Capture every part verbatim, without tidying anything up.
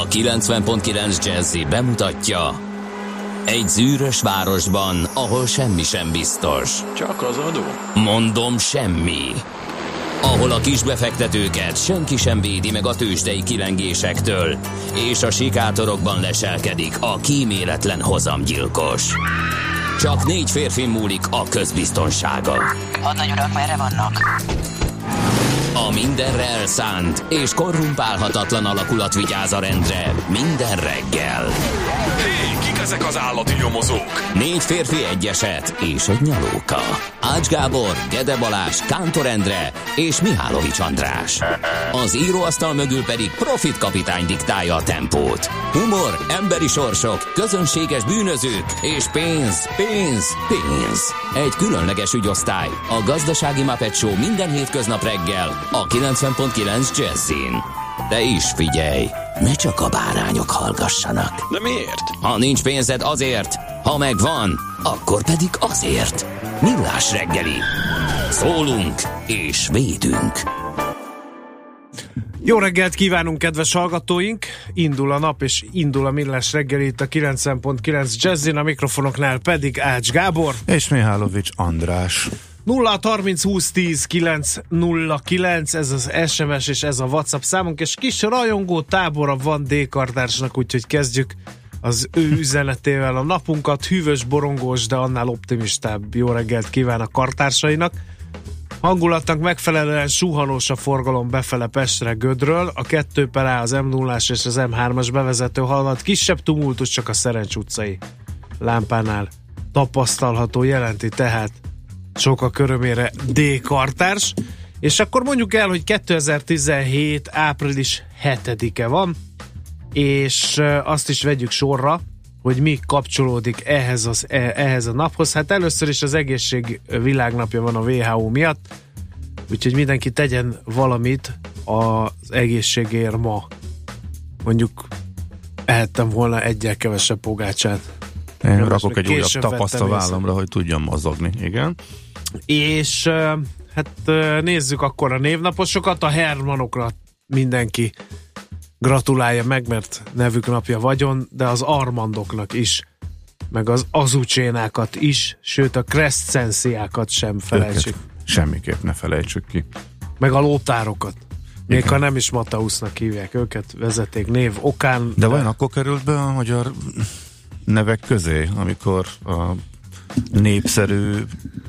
kilencven pont kilenc Jazzy bemutatja: egy zűrös városban, ahol semmi sem biztos. Csak az adó? Mondom, semmi. Ahol a kisbefektetőket senki sem védi meg a tőzsdei kilengésektől, és a sikátorokban leselkedik a kíméletlen hozamgyilkos. Csak négy férfi múlik a közbiztonsága. Hadnagy urak, merre vannak? A mindenre elszánt és korrumpálhatatlan alakulat vigyáz a rendre minden reggel. Hé, kik ezek az állati nyomozók? Négy férfi, egy eset és egy nyalóka. Ács Gábor, Gede Balázs, Kántor Endre és Mihálovics András. Az íróasztal mögül pedig Profit kapitány diktálja a tempót. Humor, emberi sorsok, közönséges bűnözők és pénz, pénz, pénz. Egy különleges ügyosztály, a Gazdasági Muppet Show minden hétköznap reggel a kilencven pont kilenc Jazzin. De is figyelj, ne csak a bárányok hallgassanak. De miért? Ha nincs pénzed, azért, ha megvan, akkor pedig azért. Millás reggeli. Szólunk és védünk. Jó reggelt kívánunk, kedves hallgatóink! Indul a nap és indul a Millás reggeli itt a kilencven pont kilenc Jazzin, a mikrofonoknál pedig Ács Gábor és Mihálovics András. nulla harminc húsz tíz kilenc nulla kilenc, ez az es em es és ez a WhatsApp számunk, és kis rajongó tábora van D-kartársnak, úgyhogy kezdjük az ő üzenetével a napunkat. Hűvös, borongós, de annál optimistább jó reggelt kíván a kartársainak. Hangulatnak megfelelően suhanós a forgalom befele Pestre Gödről, a kettő per A, az em nullás és az em hármas bevezető halad, kisebb tumultus csak a Szerencs utcai lámpánál tapasztalható, jelenti tehát sokak örömére D-kartárs. És akkor mondjuk el, hogy kétezer-tizenhét április hetedike van, és azt is vegyük sorra, hogy mi kapcsolódik ehhez, az, ehhez a naphoz. Hát először is az egészség világnapja van a vé há o miatt, úgyhogy mindenki tegyen valamit az egészségért ma. Mondjuk ehettem volna egyel kevesebb pogácsát. Én Most rakok egy újabb tapaszt a vállamra, hogy tudjam mozogni, igen. És hát nézzük akkor a névnaposokat. A Hermanokra mindenki gratulálja meg, mert nevük napja vagyon, de az Armandoknak is, meg az Azucsénákat is, sőt a Crescenciákat sem felejtsük. Őket semmiképp ne felejtsük ki. Meg a Lótárokat. Még igen, ha nem is Mateusznak hívják őket vezeték név okán. De, de vajon akkor került be a magyar nevek közé, amikor a népszerűnek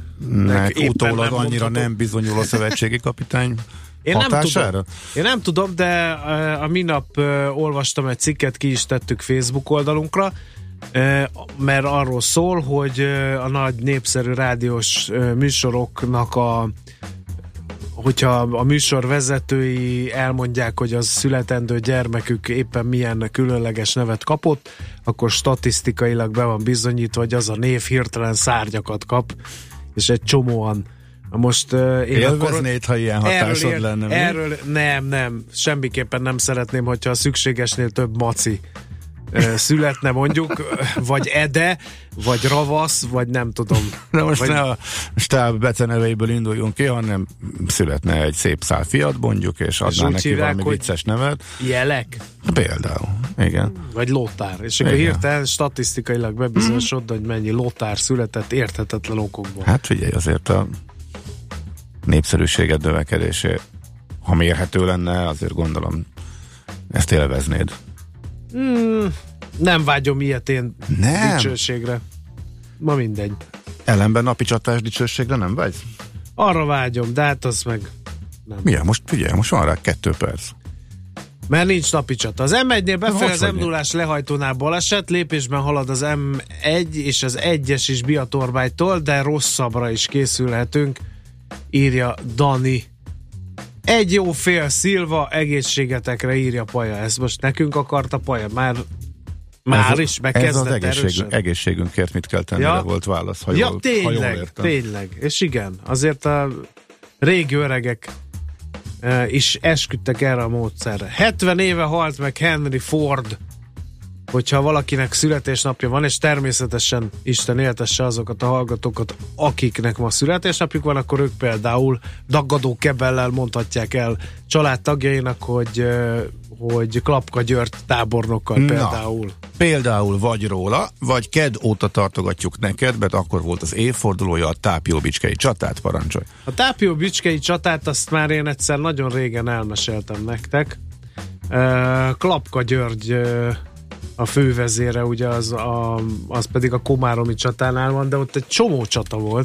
utólag annyira mondhatom. Nem bizonyul a szövetségi kapitány Én hatására? nem, tudom, én nem tudom, de a minap uh, olvastam egy cikket, ki is tettük Facebook oldalunkra, uh, mert arról szól, hogy uh, a nagy népszerű rádiós uh, műsoroknak a hogyha a műsor vezetői elmondják, hogy az születendő gyermekük éppen milyen különleges nevet kapott, akkor statisztikailag be van bizonyítva, hogy az a név hirtelen szárnyakat kap, és egy csomóan. Most uh, én élveznéd, ha ilyen hatásod erről, lenne. Mi? Erről nem, nem, semmiképpen nem szeretném, hogyha a szükségesnél több maci uh, születne mondjuk, vagy Ede, vagy Ravasz, vagy nem tudom. De most vagy... ne a stáb beceneveiből induljunk ki, hanem születne egy szép szál fiat mondjuk, és adná neki hívják, valami vicces nevet. Jelek? Például, igen. Vagy Lótár. És akkor igen, hirtelen statisztikailag bebizonyosod, hogy mennyi Lótár született érthetetlen okokból. Hát figyelj, azért a népszerűséged növekedésé, ha mérhető lenne, azért gondolom ezt élveznéd. Mm, nem vágyom ilyet én nem. dicsőségre. Ma mindegy. Ellenben napi csatás dicsőségre nem vágy? Arra vágyom, de hát az meg nem. Milyen? Most figyelj, most van rá kettő perc. Mert nincs napi csata. Az em egynél befelé az em nullás lehajtónál baleset, lépésben halad az em egy és az egyes is Biatorbágytól, de rosszabbra is készülhetünk, írja Dani. Egy jó fél Szilva, egészségetekre, írja Paja. Ez most nekünk akarta Paja? Már, már ez, is bekezdett ez az egészségünk, egészségünkért mit kell tenni, ja. volt válasz, ha, ja, jól, tényleg, ha jól értem. Tényleg, és igen, azért a régi öregek uh, is esküdtek erre a módszerre. hetven éve halt meg Henry Ford, hogyha valakinek születésnapja van, és természetesen Isten éltesse azokat a hallgatókat, akiknek ma születésnapjuk van, akkor ők például daggadó kebellel mondhatják el családtagjainak, hogy, hogy Klapka György tábornokkal Na, például. Például vagy róla, vagy kedd óta tartogatjuk neked, mert akkor volt az évfordulója a Tápió-Bicskei csatát, parancsolj. A Tápió-Bicskei csatát azt már én egyszer nagyon régen elmeséltem nektek. Klapka György a fővezére, ugye az, a, az pedig a komáromi csatánál van, de ott egy csomó csata volt,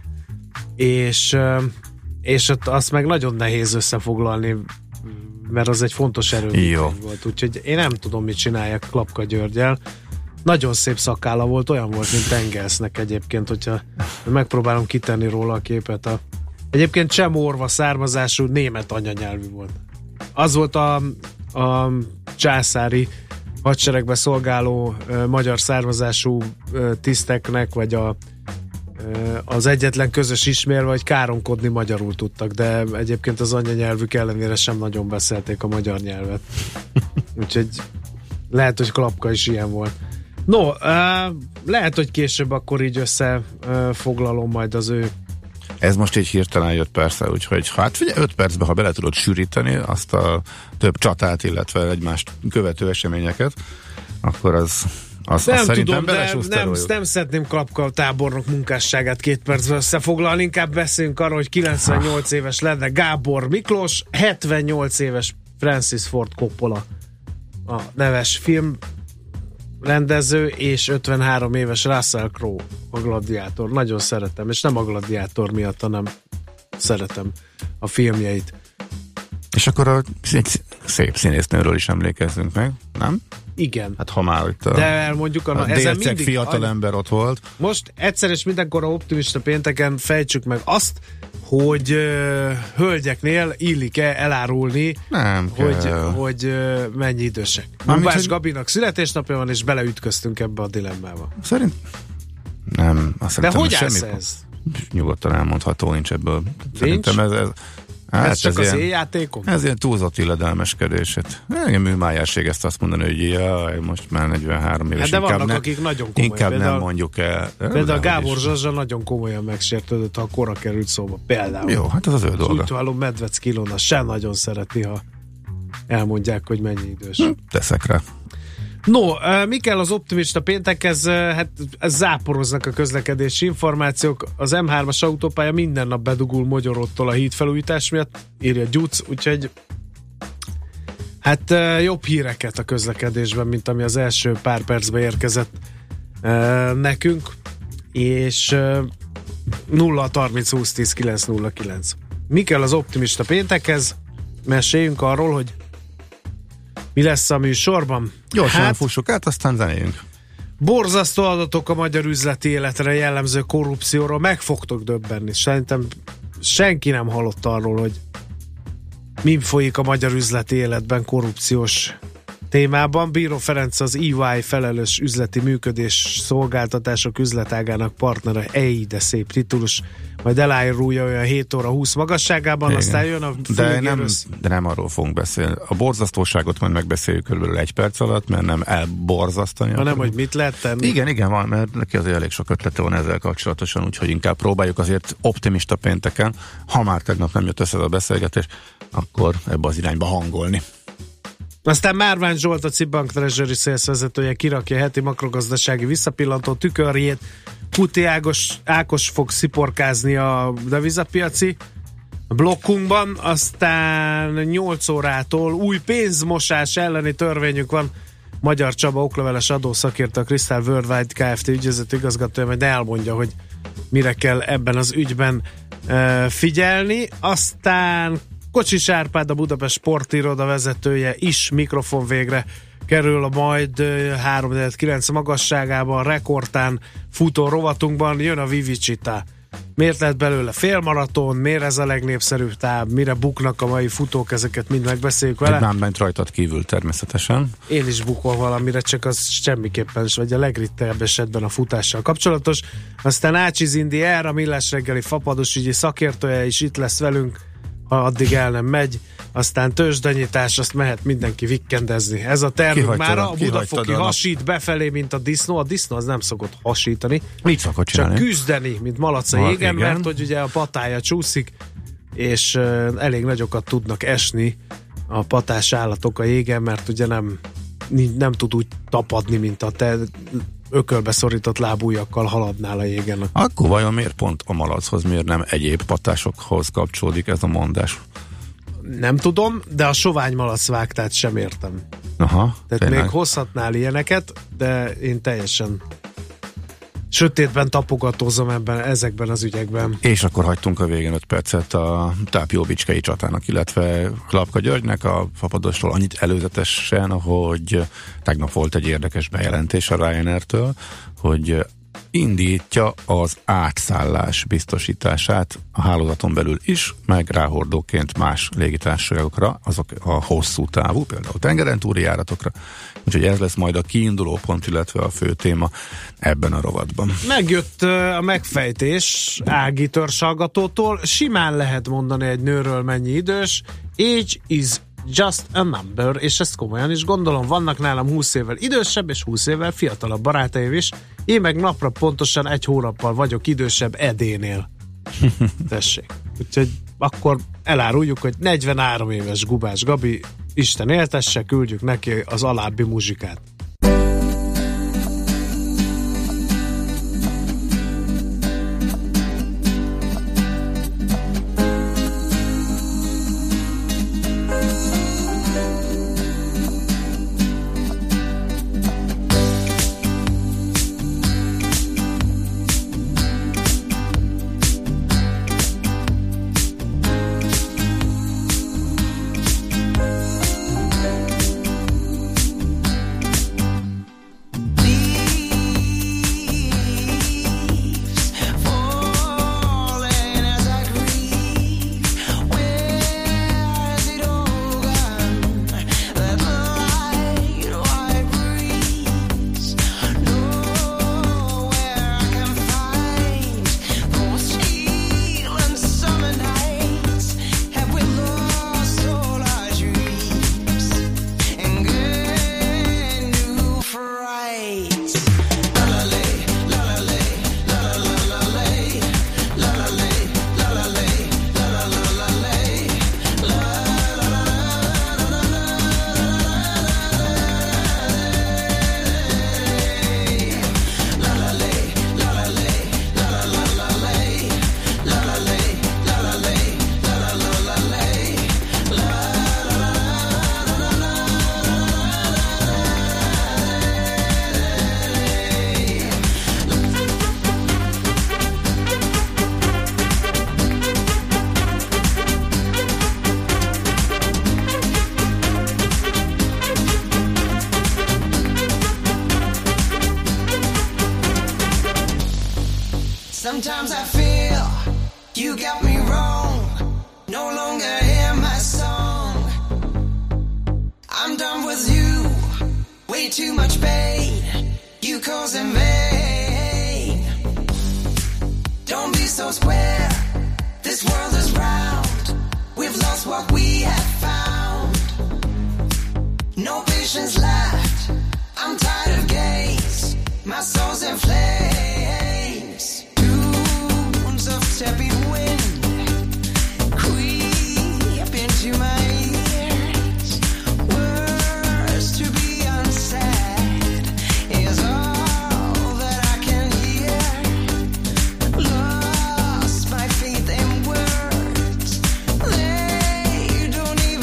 és, és ott azt meg nagyon nehéz összefoglalni, mert az egy fontos erőművény volt, úgyhogy én nem tudom, mit csináljak Klapka Györgyel. Nagyon szép szakálla volt, olyan volt, mint Engelsznek egyébként, hogyha megpróbálom kitenni róla a képet. A, egyébként csemorva származású német anyanyelvű volt. Az volt a, a császári hadseregbe szolgáló uh, magyar származású uh, tiszteknek, vagy a, uh, az egyetlen közös ismérve, hogy káromkodni magyarul tudtak, de egyébként az anyanyelvük ellenére sem nagyon beszélték a magyar nyelvet. Úgyhogy lehet, hogy Klapka is ilyen volt. No, uh, lehet, hogy később akkor így összefoglalom majd az ő. Ez most így hirtelen jött persze, úgyhogy hát figyelj, öt percben, ha bele tudod sűríteni azt a több csatát, illetve egymást követő eseményeket, akkor az, az, nem az szerintem tudom, de nem, nem szeretném Klapka tábornok munkásságát két percben összefoglalni, inkább beszéljünk arról, hogy kilencvennyolc éves lenne Gábor Miklós, hetvennyolc éves Francis Ford Coppola a neves film rendező, és ötvenhárom éves Russell Crowe a Gladiátor. Nagyon szeretem, és nem a Gladiátor miatt, hanem szeretem a filmjeit. És akkor a szép színésznőről is emlékezzünk meg, nem? Igen. Hát ha már itt a, de elmondjuk, a délceg fiatal ember ott volt. Most egyszer és mindenkor a optimista pénteken fejtsük meg azt, hogy uh, hölgyeknél illik-e elárulni, nem hogy, hogy uh, mennyi idősek. Bubás hogy... Gabinak születésnapja van, és beleütköztünk ebbe a dilemmába. Szerint nem. Azt de hogy állsz semmit... ez? Nyugodtan elmondható, nincs ebből. Nincs? Szerintem ez, ez Hát ez csak ez az ilyen, éjjátékok? Ez ilyen túlzott illedelmeskedés. Engem műmájárség ezt azt mondani, hogy jaj, most már negyvenhárom éves. Hát de vannak, ne, akik nagyon komolyan. Inkább például, nem mondjuk el. Például Gábor Zsazsa nagyon komolyan megsértődött, ha a kora került szóba. Például. Jó, hát ez az ő dolga. Úgy hallom, Medvecki Ilona sem nagyon szereti, ha elmondják, hogy mennyi idős. Hm, teszek rá. No, mi kell az optimista péntekhez? Hát záporoznak a közlekedési információk. Az em hármas autópálya minden nap bedugul Mogyoróttól a hídfelújítás miatt, írja Gyuc, úgyhogy hát jobb híreket a közlekedésben, mint ami az első pár percben érkezett nekünk, és nulla harminc húsz tíz kilenc nulla kilenc. Mi kell az optimista péntekhez? Meséljünk arról, hogy mi lesz a műsorban? Gyorsan hát, fussuk át, aztán zenéljünk. Borzasztó adatok a magyar üzleti életre jellemző korrupcióról, meg fogtok döbbenni. Szerintem senki nem hallott arról, hogy mi folyik a magyar üzleti életben korrupciós témában. Bíró Ferenc az é vé i felelős üzleti működés szolgáltatások üzletágának partnere, ej, de szép titulus, majd elárulja olyan hét óra húsz magasságában, igen. Aztán jön a de nem, de nem arról fogunk beszélni. A borzasztóságot majd megbeszéljük körülbelül egy perc alatt, mert nem elborzasztani. Ha nem, hogy mit lehet tenni. Igen, igen, van, mert neki azért elég sok ötlete van ezzel kapcsolatosan, úgyhogy inkább próbáljuk azért optimista pénteken, ha már tegnap nem jött össze a beszélgetés, akkor ebbe az irányba hangolni. Aztán Márvány Zsolt, a Cibbank Treasury Sales vezetője kirakja heti makrogazdasági visszapillantó tükörjét. Kuti Ágos, Ákos fog sziporkázni a devizapiaci blokkunkban, aztán nyolc órától új pénzmosás elleni törvényük van. Magyar Csaba okleveles adószakértő, a Crystal Worldwide Kft. Ügyvezető igazgatója majd elmondja, hogy mire kell ebben az ügyben e, figyelni. Aztán Kocsis Árpád, a Budapest Sportiroda vezetője is mikrofon végre kerül a majd három kilenc magasságában, rekordtán futó rovatunkban. Jön a Vivicita. Miért lett belőle félmaraton, miért ez a legnépszerűbb táv, mire buknak a mai futók, ezeket mind megbeszéljük vele. Nem ment rajtad kívül természetesen. Én is bukol valamire, csak az semmiképpen is, vagy a legrittebb esetben a futással kapcsolatos. Aztán Ácsiz Indi R, a Millás reggeli fapados ügyi szakértője is itt lesz velünk, ha addig el nem megy, aztán tőzsdenyítás, azt mehet mindenki vikkendezni. Ez a tervünk már, a budafoki hasít befelé, mint a disznó. A disznó az nem szokott hasítani. Mit szokott csinálni? Csak küzdeni, mint malac a jégen, mert hogy ugye a patája csúszik, és uh, elég nagyokat tudnak esni a patás állatok a jégen, mert ugye nem, nem tud úgy tapadni, mint a te ökölbe szorított lábújakkal haladnál a jégen. Akkor vajon miért pont a malachoz, miért nem egyéb patásokhoz kapcsolódik ez a mondás? Nem tudom, de a sovány malacvágtát sem értem. Aha, tehát tényleg. Még hozhatnál ilyeneket, de én teljesen sötétben tapogatózom ebben, ezekben az ügyekben. És akkor hagytunk a végén öt percet a Tápjóbicskei csatának, illetve Klapka Györgynek a Fapadosról annyit előzetesen, hogy tegnap volt egy érdekes bejelentés a Ryanair-től, hogy indítja az átszállás biztosítását a hálózaton belül is, meg ráhordóként más légitársaságokra, azok a hosszú távú, például tengeren túli járatokra. Úgyhogy ez lesz majd a kiinduló pont, illetve a fő téma ebben a rovatban. Megjött a megfejtés Ági törzshallgatótól. Simán lehet mondani egy nőről mennyi idős. Age is just a number, és ezt komolyan is gondolom. Vannak nálam húsz évvel idősebb és húsz évvel fiatalabb barátaim is. Én meg napra pontosan egy hónappal vagyok idősebb Edénél. Tessék. Úgyhogy akkor eláruljuk, hogy negyvenhárom éves Gubás Gabi, Isten éltesse, küldjük neki az alábbi muzsikát. Sometimes I feel you got me wrong, no longer hear my song. I'm done with you, way too much pain, you cause in vain. Don't be so square, this world is round, we've lost what we have found. No patience left, I'm tired of games, my soul's in flames. Tunes of tepid wind creep into my ears. Words to be unsaid is all that I can hear. Lost my faith in words, they don't even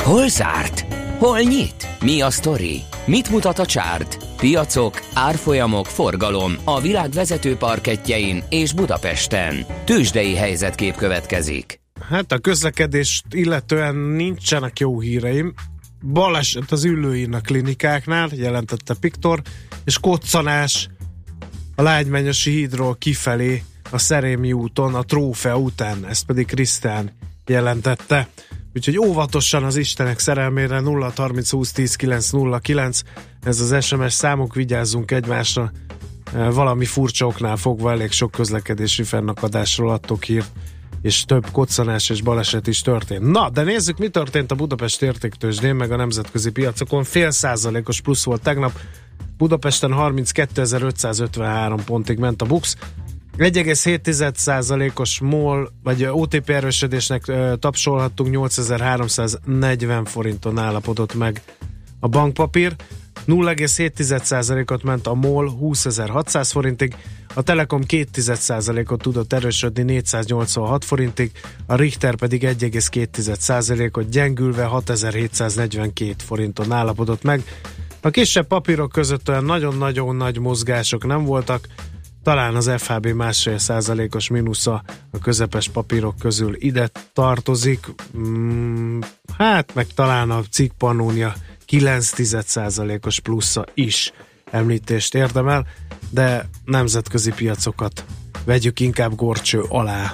Hol zárt? Hol nyit? Mi a sztori? Mit mutat a csárt? Piacok, árfolyamok, forgalom a világ vezető parkettjein és Budapesten. Tőzsdei helyzetkép következik. Hát a közlekedést illetően nincsenek jó híreim. Baleset az Üllőin a klinikáknál, jelentette Piktor, és koccanás a Lágymenyesi hídról kifelé a Szerémi úton, a Trófea után, ezt pedig Krisztán jelentette. Úgyhogy óvatosan az Istenek szerelmére. Nulla harminc húsz tíz kilenc nulla kilenc, ez az es em es számok, vigyázzunk egymásra. Valami furcsa oknál fogva elég sok közlekedési fennakadásról adtok hírt, és több koccanás és baleset is történt. Na, de nézzük, mi történt a Budapest értéktőzsdén, meg a nemzetközi piacokon. Fél százalékos plusz volt tegnap. Budapesten harminckétezer-ötszázötvenhárom pontig ment a BUX. egy egész hét százalékos MOL, vagy o té pé erősödésnek ö, tapsolhattunk, nyolcezer-háromszáznegyven forinton állapodott meg a bankpapír. nulla egész hét százalékot ment a MOL húszezer-hatszáz forintig, a Telekom két százalékot tudott erősödni négyszáznyolcvanhat forintig, a Richter pedig egy egész két százalékot gyengülve hatezer-hétszáznegyvenkét forinton állapodott meg. A kisebb papírok között olyan nagyon-nagyon nagy mozgások nem voltak, talán az ef há bé másfél százalékos mínusza a közepes papírok közül ide tartozik, mm, hát meg talán a cikk Pannonia kilenc százalékos plusza is említést érdemel, de nemzetközi piacokat vegyük inkább górcső alá.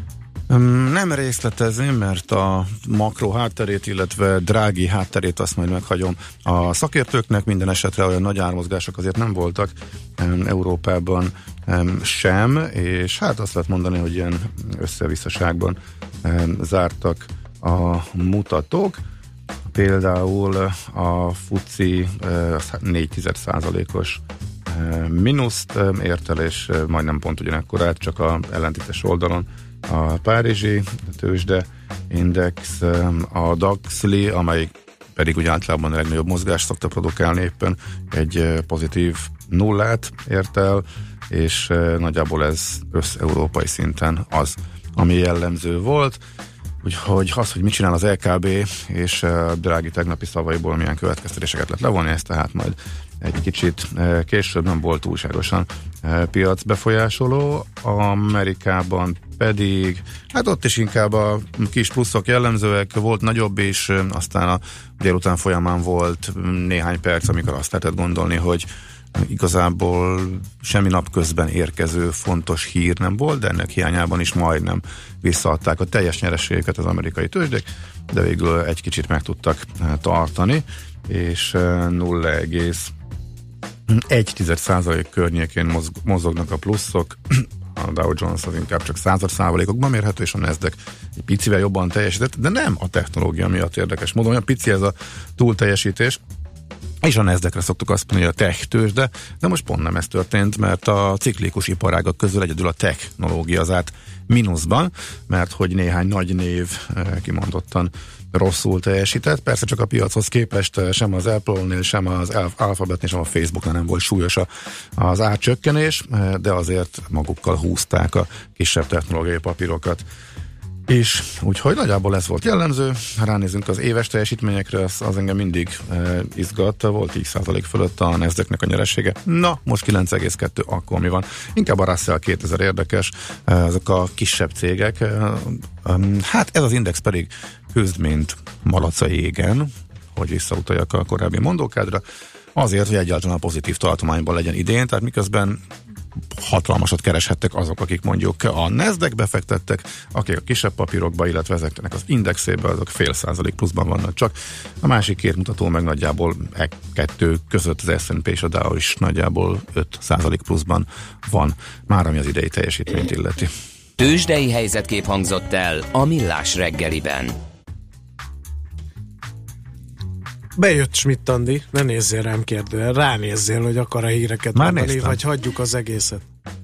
Nem részletezném, mert a makro hátterét, illetve Drági hátterét azt majd meghagyom a szakértőknek. Minden esetre olyan nagy ármozgások azért nem voltak Európában sem, és hát azt lehet mondani, hogy ilyen összevisszaságban zártak a mutatók. Például a fuci négy százalékos mínuszt ért el, és majdnem pont ugyanekkorát, csak a ellentétes oldalon a párizsi tőzsde index, a DAX-li, amely pedig úgy általában a legnagyobb mozgást szokta produkálni, éppen egy pozitív nullát ért el, és nagyjából ez össz-európai szinten az, ami jellemző volt. Úgyhogy az, hogy mit csinál az é ká bé, és Drági tegnapi szavaiból milyen következtetéseket lehet levonni, ezt tehát majd egy kicsit később, nem volt túlságosan piac befolyásoló. Amerikában pedig, hát ott is inkább a kis pluszok jellemzőek, volt nagyobb is, aztán a délután folyamán volt néhány perc, amikor azt lehetett gondolni, hogy igazából semmi napközben érkező fontos hír nem volt, de ennek hiányában is majdnem visszaadták a teljes nyereségeket az amerikai tőzsdék, de végül egy kicsit meg tudtak tartani, és nulla egész egy százalék környékén mozognak a pluszok. A Dow Jones az inkább csak század százalékokban mérhető, és a Nasdaq egy picivel jobban teljesített, de nem a technológia miatt érdekes módon, olyan pici ez a túlteljesítés, és a Nasdaqre szoktuk azt mondani, hogy a tech tőzsde, de most pont nem ez történt, mert a ciklikus iparágak közül egyedül a technológia az át mínuszban, mert hogy néhány nagy név kimondottan rosszul teljesített. Persze csak a piachoz képest sem az Apple-nél, sem az Alphabetnél, sem a Facebooknál nem volt súlyos az árcsökkenés, de azért magukkal húzták a kisebb technológiai papírokat. És úgyhogy nagyjából ez volt jellemző. Ránézünk az éves teljesítményekre, az, az engem mindig e, izgat, volt tíz százalék fölött a Nasdaqnek a nyeressége. Na, most kilenc egész kettő, akkor mi van? Inkább a Russell kétezer érdekes, ezek a kisebb cégek. E, e, hát ez az index pedig küzd, mint malac a jégen, hogy visszautaljak a korábbi mondókádra, azért, hogy egyáltalán a pozitív tartományban legyen idén, tehát miközben hatalmasat kereshettek azok, akik mondjuk a Nasdaq befektettek, akik a kisebb papírokba, illetve ezeknek az indexébe, azok fél százalék pluszban vannak csak. A másik két mutató meg nagyjából e kettő között az es and pé és a Dow is nagyjából öt százalék pluszban van, már ami az idei teljesítményt illeti. Tőzsdei helyzetkép hangzott el a Millás reggeliben. Bejött Schmidt Andi, ne nézzél rám kérdően, ránézzél, hogy akar a híreket már mondani, néztem. vagy hagyjuk az egészet.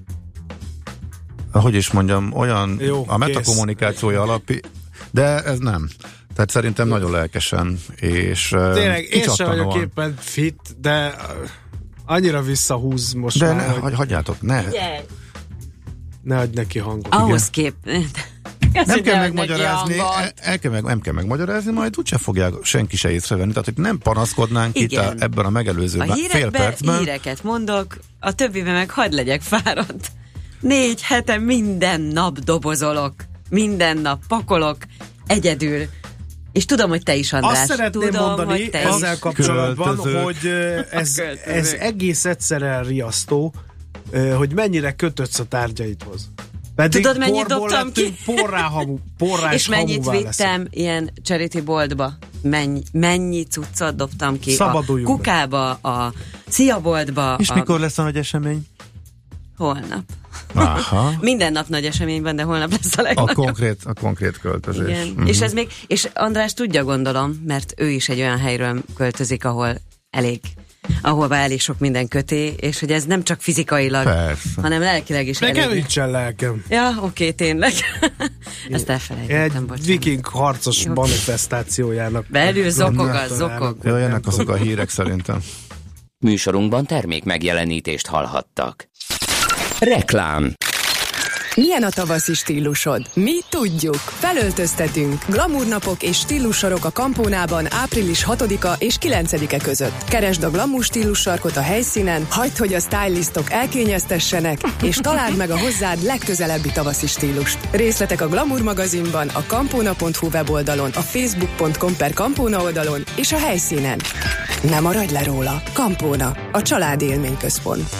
Hogy is mondjam, olyan Jó, a metakommunikációja alapi, de ez nem. Tehát szerintem Jó. nagyon lelkesen, és tényleg, én sem vagyok van. éppen fit, de annyira visszahúz most de már, ne, hogy hagyjátok, ne. ne adj neki hangot. Ahhoz kép... Nem kell megmagyarázni, el, el kell meg, nem kell megmagyarázni, majd úgyse fogják senki se észrevenni. Tehát, hogy nem panaszkodnánk Igen. itt a, ebben a megelőző a fél percben. híreket mondok, a többiben meg hagyd legyek fáradt. Négy hete minden nap dobozolok, minden nap pakolok, egyedül. És tudom, hogy te is, András. Azt szeretném tudom, mondani ezzel is. kapcsolatban, Költözők. hogy ez, ez egész egyszerűen riasztó, hogy mennyire kötötsz a tárgyaidhoz. Pedig tudod, mennyit dobtam lettünk, ki? Porrá, hamu, porrá és mennyit vittem leszünk. ilyen charity boltba? Mennyi, mennyi cuccot dobtam ki? Szabaduljunk a kukába, a Szia boltba. És a... mikor lesz a nagy esemény? Holnap. Aha. Minden nap nagy esemény van, de holnap lesz a A legnagyobb. konkrét, a konkrét költözés. Igen. Mm-hmm. És ez még, és András tudja, gondolom, mert ő is egy olyan helyről költözik, ahol elég, ahol elég sok minden köté, és hogy ez nem csak fizikailag, Persze. hanem lelkileg is Nekem elég. nincsen lelkem. Ja, oké, tényleg. Ezt elfelejtettem, Egy bocsánat. viking harcos Jó. manifestációjának. Belül zokog a zokog. Jó, jönnek azok a hírek szerintem. Műsorunkban termék megjelenítést hallhattak. Reklám. Milyen a tavaszi stílusod? Mi tudjuk. Felöltöztetünk. Glamour napok és stílussorok a Kampónában április hatodika és kilencedike között. Keresd a Glamour stílus sarkot a helyszínen, hagyd, hogy a stylistok elkényeztessenek, és találd meg a hozzád legközelebbi tavaszi stílust. Részletek a Glamour magazinban, a kampóna pont hu weboldalon, a facebook pont com per kampóna oldalon és a helyszínen. Ne maradj le róla. Kampóna, a családi élményközpont.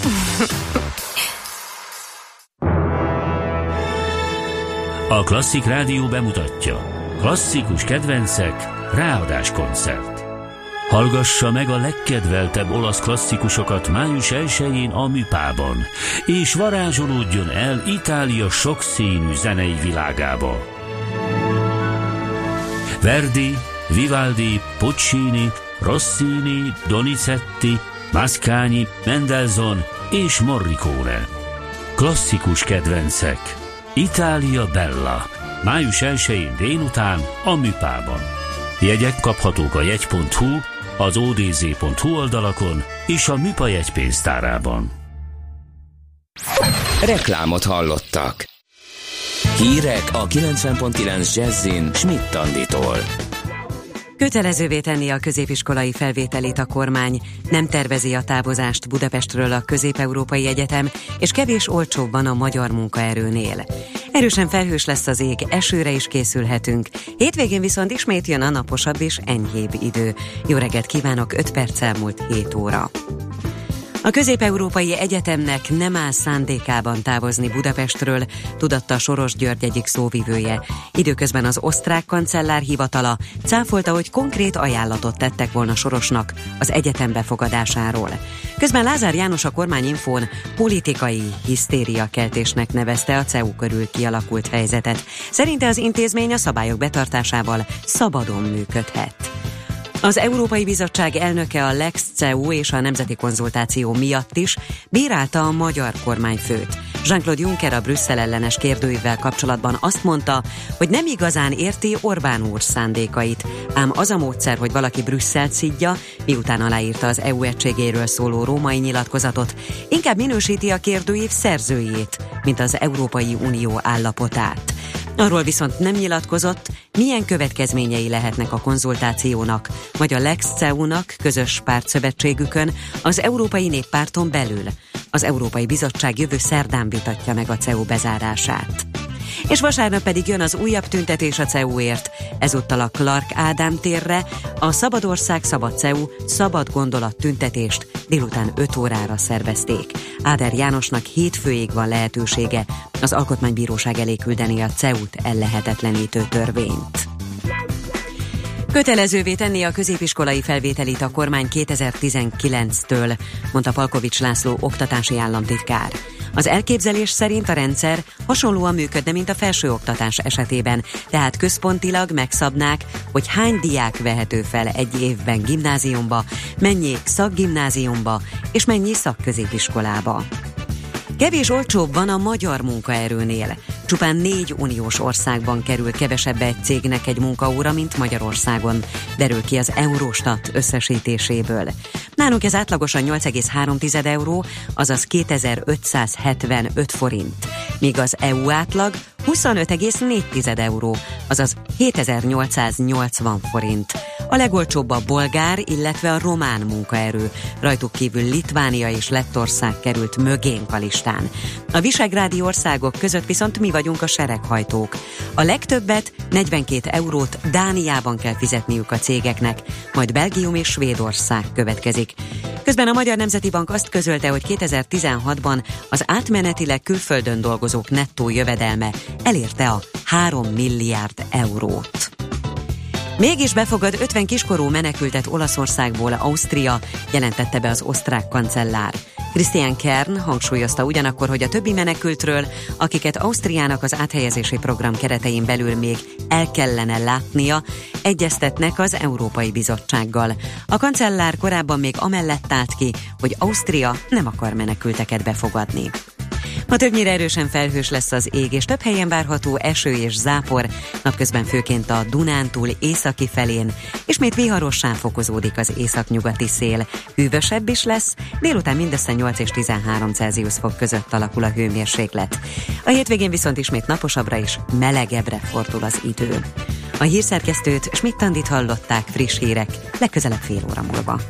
A Klasszik Rádió bemutatja. Klasszikus kedvencek, ráadás koncert. Hallgassa meg a legkedveltebb olasz klasszikusokat május elsején a Műpában, és varázsolódjon el Itália sokszínű zenei világába. Verdi, Vivaldi, Puccini, Rossini, Donizetti, Mascagni, Mendelssohn és Morricone. Klasszikus kedvencek. Itália Bella. május elsején délután a Műpában. Jegyek kaphatók a jegy pont hu, az o d z pont hu oldalakon és a Műpa jegypénztárában. Reklámot hallottak. Hírek a kilencven pont kilenc Jazzin Schmidt Anditól. Kötelezővé tenni a középiskolai felvételét a kormány, nem tervezi a távozást Budapestről a Közép-Európai Egyetem, és kevés olcsóbban a magyar munkaerőnél. Erősen felhős lesz az ég, esőre is készülhetünk. Hétvégén viszont ismét jön a naposabb és enyhébb idő. Jó reggelt kívánok, öt perc elmúlt hét óra. A Közép-Európai Egyetemnek nem áll szándékában távozni Budapestről, tudatta Soros György egyik szóvivője. Időközben az osztrák kancellár hivatala cáfolta, hogy konkrét ajánlatot tettek volna Sorosnak az egyetem befogadásáról. Közben Lázár János a Kormányinfón politikai hisztériakeltésnek nevezte a cé e u körül kialakult helyzetet. Szerinte az intézmény a szabályok betartásával szabadon működhet. Az Európai Bizottság elnöke a Lex cé e u és a nemzeti konzultáció miatt is bírálta a magyar kormányfőt. Jean-Claude Juncker a Brüsszel ellenes kérdőívvel kapcsolatban azt mondta, hogy nem igazán érti Orbán úr szándékait, ám az a módszer, hogy valaki Brüsszelt szidja, miután aláírta az é u egységéről szóló római nyilatkozatot, inkább minősíti a kérdőív szerzőjét, mint az Európai Unió állapotát. Arról viszont nem nyilatkozott, milyen következményei lehetnek a konzultációnak, vagy a Lex cé e u-nak közös pártszövetségükön, az Európai Néppárton belül. Az Európai Bizottság jövő szerdán vitatja meg a cé e u bezárását. És vasárnap pedig jön az újabb tüntetés a cé e u-ért, ezúttal a Clark Ádám térre, a Szabadország Szabad cé e u Szabad Gondolat tüntetést délután öt órára szervezték. Áder Jánosnak hétfőig van lehetősége az Alkotmánybíróság elé küldeni a cé e u-t ellehetetlenítő törvényt. Kötelezővé tenni a középiskolai felvételit a kormány kétezer-tizenkilenctől, mondta Palkovics László oktatási államtitkár. Az elképzelés szerint a rendszer hasonlóan működne, mint a felsőoktatás esetében, tehát központilag megszabnák, hogy hány diák vehető fel egy évben gimnáziumba, mennyi szakgimnáziumba és mennyi szakközépiskolába. Kevés olcsóbb van a magyar munkaerőnél. Csupán négy uniós országban kerül kevesebbe egy cégnek egy munkaóra, mint Magyarországon, derül ki az Eurostat összesítéséből. Nálunk ez átlagosan nyolc egész három euró, azaz kétezer-ötszázhetvenöt forint, míg az é u átlag huszonöt egész négy euró, azaz hétezer-nyolcszáznyolcvan forint. A legolcsóbb a bolgár, illetve a román munkaerő. Rajtuk kívül Litvánia és Lettország került mögénk a listán. A visegrádi országok között viszont mi vagyunk a sereghajtók. A legtöbbet, negyvenkét eurót Dániában kell fizetniük a cégeknek, majd Belgium és Svédország következik. Közben a Magyar Nemzeti Bank azt közölte, hogy kétezer-tizenhatban az átmenetileg külföldön dolgozók nettó jövedelme elérte a három milliárd eurót. Mégis befogad ötven kiskorú menekültet Olaszországból Ausztria, jelentette be az osztrák kancellár. Christian Kern hangsúlyozta ugyanakkor, hogy a többi menekültről, akiket Ausztriának az áthelyezési program keretein belül még el kellene látnia, egyeztetnek az Európai Bizottsággal. A kancellár korábban még amellett állt ki, hogy Ausztria nem akar menekülteket befogadni. Ma többnyire erősen felhős lesz az ég, és több helyen várható eső és zápor, napközben főként a Dunántúl északi felén. Ismét viharossá fokozódik az északnyugati szél. Hűvösebb is lesz, délután mindössze nyolc és tizenhárom Celsius fok között alakul a hőmérséklet. A hétvégén viszont ismét naposabbra és melegebbre fordul az idő. A hírszerkesztőt, Schmidt-Tandit hallották, friss hírek, legközelebb fél óra múlva.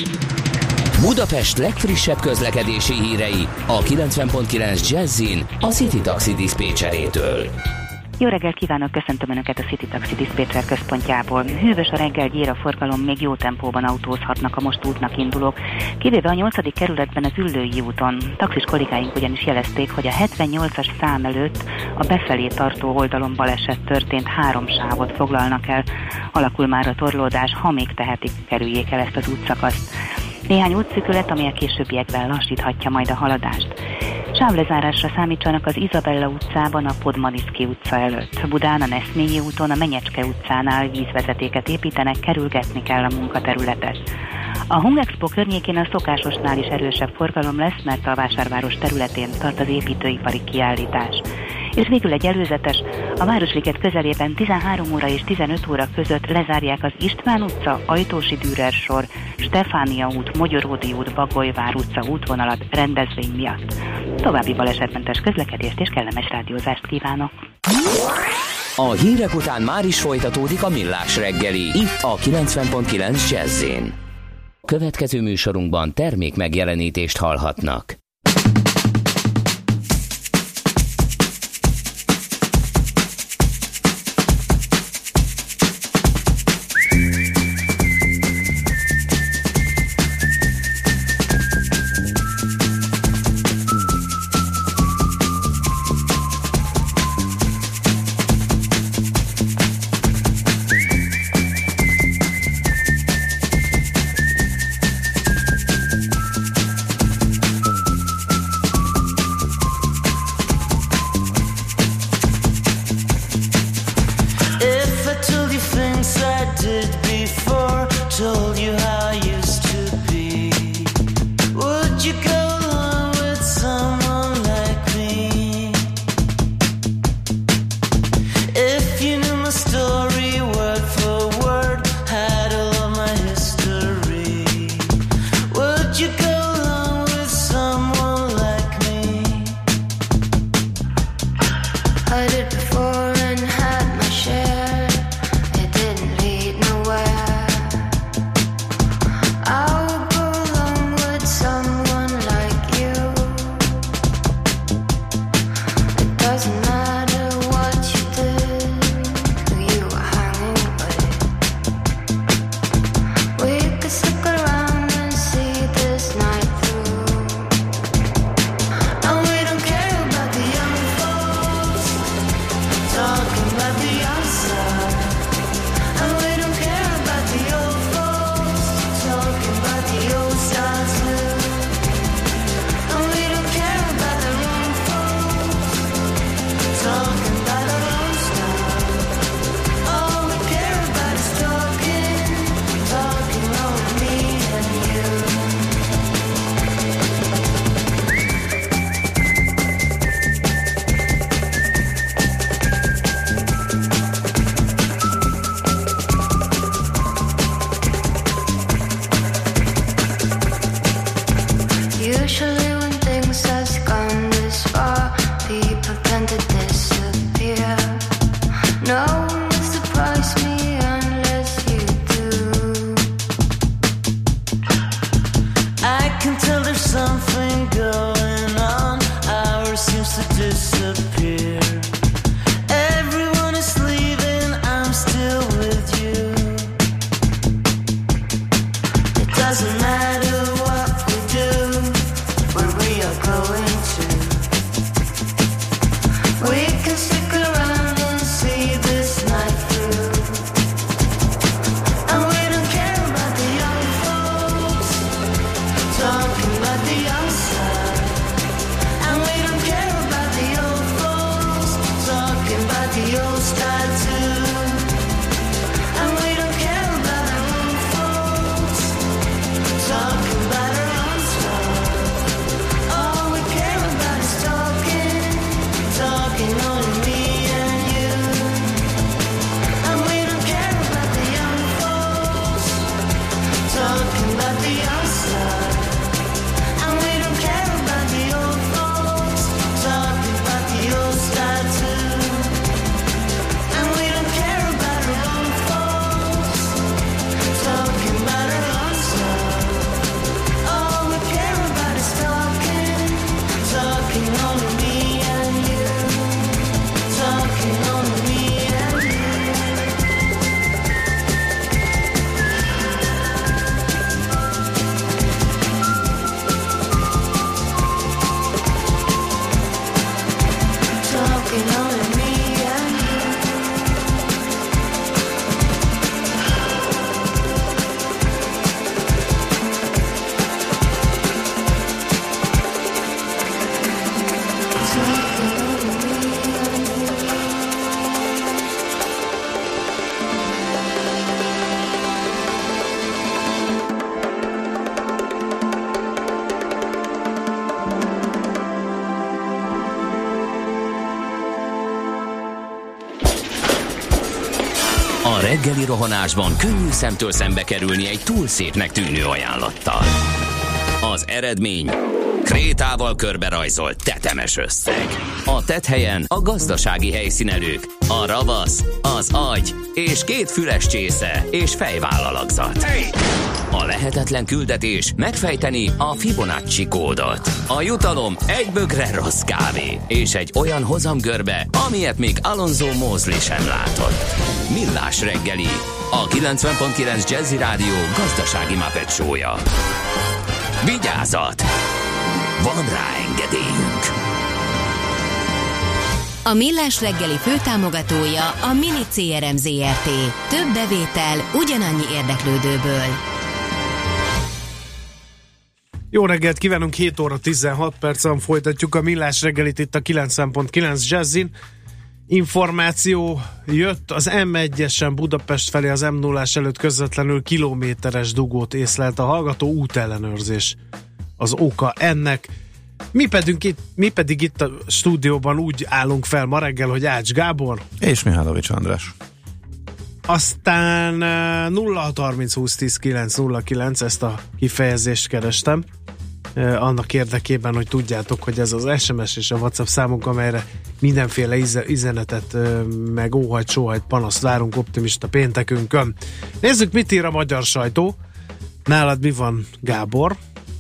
Budapest legfrissebb közlekedési hírei a kilencven pont kilenc Jazzin a City Taxi diszpécserétől. Jó reggelt kívánok, köszöntöm Önöket a City Taxi diszpécser központjából. Hűvös a reggel, gyér a forgalom, még jó tempóban autózhatnak a most útnak indulók, kivéve a nyolcadik kerületben az Üllői úton. Taxis kollégáink ugyanis jelezték, hogy a hetvennyolcas szám előtt a befelé tartó oldalon baleset történt, három sávot foglalnak el. Alakul már a torlódás, ha még tehetik, kerüljék el ezt az útszakaszt. Néhány útszűkület, ami a későbbiekben lassíthatja majd a haladást. Sávlezárásra számítsanak az Izabella utcában, a Podmaniszki utca előtt. Budán, a Neszmélyi úton, a Menyecske utcánál vízvezetéket építenek, kerülgetni kell a munkaterületet. A Hungexpo környékén a szokásosnál is erősebb forgalom lesz, mert a vásárváros területén tart az építőipari kiállítás. És végül egy előzetes, a Városliget közelében tizenhárom óra és tizenöt óra között lezárják az István utca, Ajtósi Dürer sor, Stefánia út, Mogyoródi út, Bagolyvár utca útvonalat rendezvény miatt. További balesetmentes közlekedést és kellemes rádiózást kívánok! A hírek után már is folytatódik a Millás reggeli, itt a kilencven pont kilenc Jazz-én. Következő műsorunkban termék megjelenítést hallhatnak. reggeli rohanásban könnyű szemtől szembe kerülni egy túl szépnek tűnő ajánlattal. Az eredmény... krétával körberajzolt tetemes összeg. A tetthelyen a gazdasági helyszínelők, a ravasz, az agy és két füles csésze és fejvállalakzat. A lehetetlen küldetés megfejteni a Fibonacci kódot. A jutalom egy bögre rossz kávé és egy olyan hozamgörbe, amilyet még Alonso Mosley sem látott. Millás reggeli, a kilencven pont kilenc Jazzy Rádió gazdasági Muppet show-ja. Vigyázat! Van rá engedélyünk! A Millás reggeli főtámogatója a Mini cé er em zé er té. Több bevétel ugyanannyi érdeklődőből. Jó reggelt kívánunk, hét óra tizenhat percen folytatjuk a Millás reggelit itt a kilencven pont kilenc Jazzin. Információ jött, az em egyesen Budapest felé az em nullás előtt közvetlenül kilométeres dugót észlelt a hallgató, útellenőrzés az oka ennek. Mi pedig, itt, mi pedig itt a stúdióban úgy állunk fel ma reggel, hogy Ács Gábor és Mihálovics András. Aztán nulla hat harminc húsz tíz kilenc nulla kilenc, ezt a kifejezést kerestem annak érdekében, hogy tudjátok, hogy ez az es em es és a WhatsApp számunk, amelyre mindenféle üzenetet, meg óhajt, sóhajt, panaszt várunk optimista péntekünkön. Nézzük, mit ír a magyar sajtó. Nálad mi van, Gábor?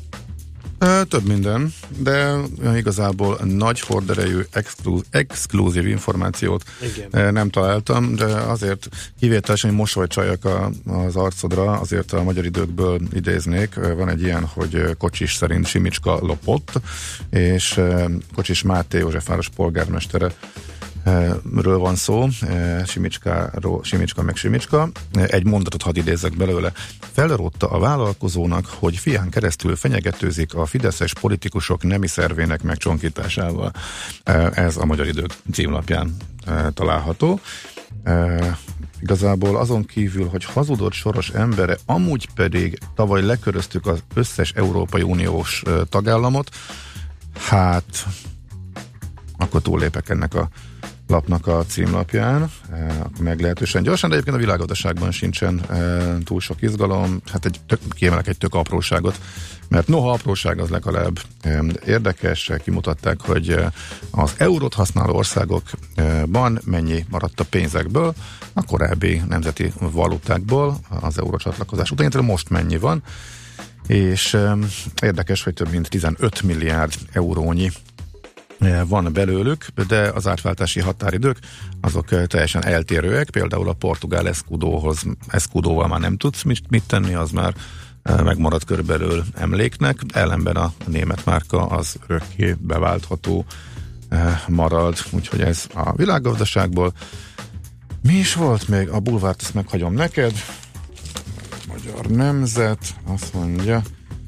Több minden, de igazából nagy horderejű exkluz, exkluzív információt Igen. nem találtam, de azért kivételesen mosolycsaljak a, az arcodra, azért a Magyar Időkből idéznék. Van egy ilyen, hogy Kocsis szerint Simicska lopott, és Kocsis Máté Józsefváros polgármestere ről van szó, Simicskáról, Simicska meg Simicska. Egy mondatot hadd idézzek belőle. Felrótta a vállalkozónak, hogy fián keresztül fenyegetőzik a fideszes politikusok nemi szervének megcsonkításával. Ez a Magyar Idők címlapján található. Igazából azon kívül, hogy hazudott Soros embere, amúgy pedig tavaly leköröztük az összes Európai Uniós tagállamot, hát akkor túllépek ennek a lapnak a címlapján, meglehetősen gyorsan, de egyébként a világgazdaságban sincsen túl sok izgalom. Hát egy tök, kiemelek egy tök apróságot, mert noha apróság, az legalább érdekes, kimutatták, hogy az eurót használó országokban mennyi maradt a pénzekből, a korábbi nemzeti valutákból az eurócsatlakozás után, tehát most mennyi van, és érdekes, hogy több mint tizenöt milliárd eurónyi van belőlük, de az átváltási határidők azok teljesen eltérőek, például a portugál eszkudóhoz, eszkudóval már nem tudsz mit, mit tenni, az már megmarad körülbelül emléknek, ellenben a német márka az örökké beváltható marad, úgyhogy ez a világgazdaságból. Mi is volt még? A bulvárt, ezt meghagyom neked. Magyar Nemzet, azt mondja,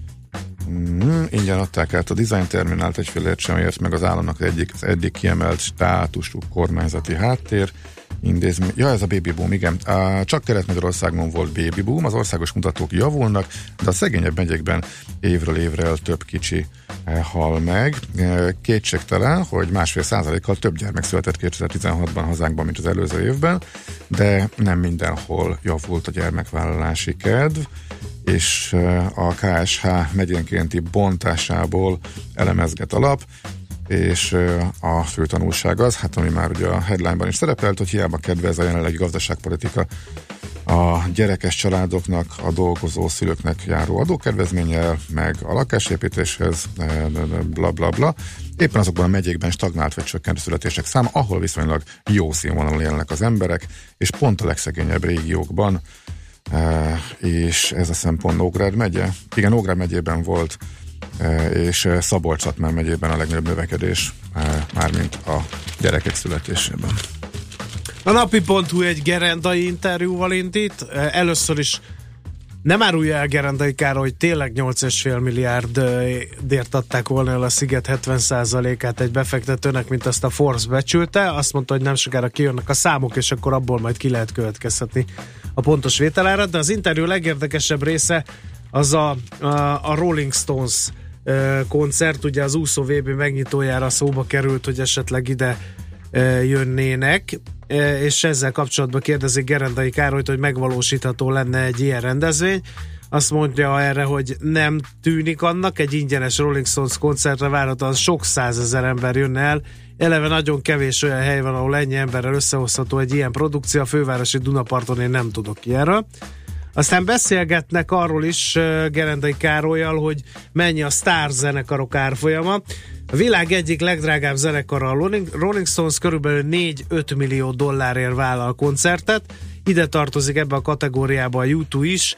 Mm, ingyen adták át a Design Terminált, egy fillért sem ért meg az államnak egyik, az eddig kiemelt státusú kormányzati háttér intézmény. Ja, ez a baby boom, igen. A, csak Kelet-Magyarországon volt baby boom, az országos mutatók javulnak, de a szegényebb megyékben évről évre több kicsi eh, hal meg. Eh, kétségtelen, hogy másfél százalékkal több gyermek született kétezer-tizenhatban hazánkban, mint az előző évben, de nem mindenhol javult a gyermekvállalási kedv, és a ká es há megyénkénti bontásából elemezget a lap, és a fő tanulság az, hát ami már ugye a headline-ban is szerepelt, hogy hiába kedvez a jelenlegi gazdaságpolitika a gyerekes családoknak, a dolgozó szülőknek járó adókedvezménnyel, meg a lakásépítéshez, bla bla bla. Éppen azokban a megyékben stagnált vagy csökkent születések száma, ahol viszonylag jó színvonalon élnek az emberek, és pont a legszegényebb régiókban. Uh, és ez a szempont Nógrád megye. Igen, Nógrád megyében volt, uh, és Szabolcs-Szatmár megyében a legnagyobb növekedés, uh, mármint a gyerekek születésében. A napi pont hu egy gerendai interjúval indít. Uh, először is nem árulja el Gerendai Károly, hogy tényleg nyolc egész öt milliárdért adták volna el a Sziget hetven százalékát egy befektetőnek, mint azt a Forbes becsülte. Azt mondta, hogy nem sokára kijönnek a számok, és akkor abból majd ki lehet következtetni a pontos vételárat, de az interjú legérdekesebb része az a, a, a Rolling Stones e, koncert, ugye az úszó vé bé megnyitójára szóba került, hogy esetleg ide e, jönnének, és ezzel kapcsolatban kérdezik Gerendai Károlyt, hogy megvalósítható lenne egy ilyen rendezvény. Azt mondja erre, hogy nem tűnik annak, egy ingyenes Rolling Stones koncertre várhatóan sok százezer ember jönne el. Eleve nagyon kevés olyan hely van, ahol ennyi emberrel összehozható egy ilyen produkció, a fővárosi Dunaparton én nem tudok ilyenről. Aztán beszélgetnek arról is Gerendai Károllyal, hogy mennyi a sztárzenekarok árfolyama. A világ egyik legdrágább zenekara a Rolling Stones körülbelül négy-öt millió dollárért vállal koncertet. Ide tartozik ebbe a kategóriába a U kettő is.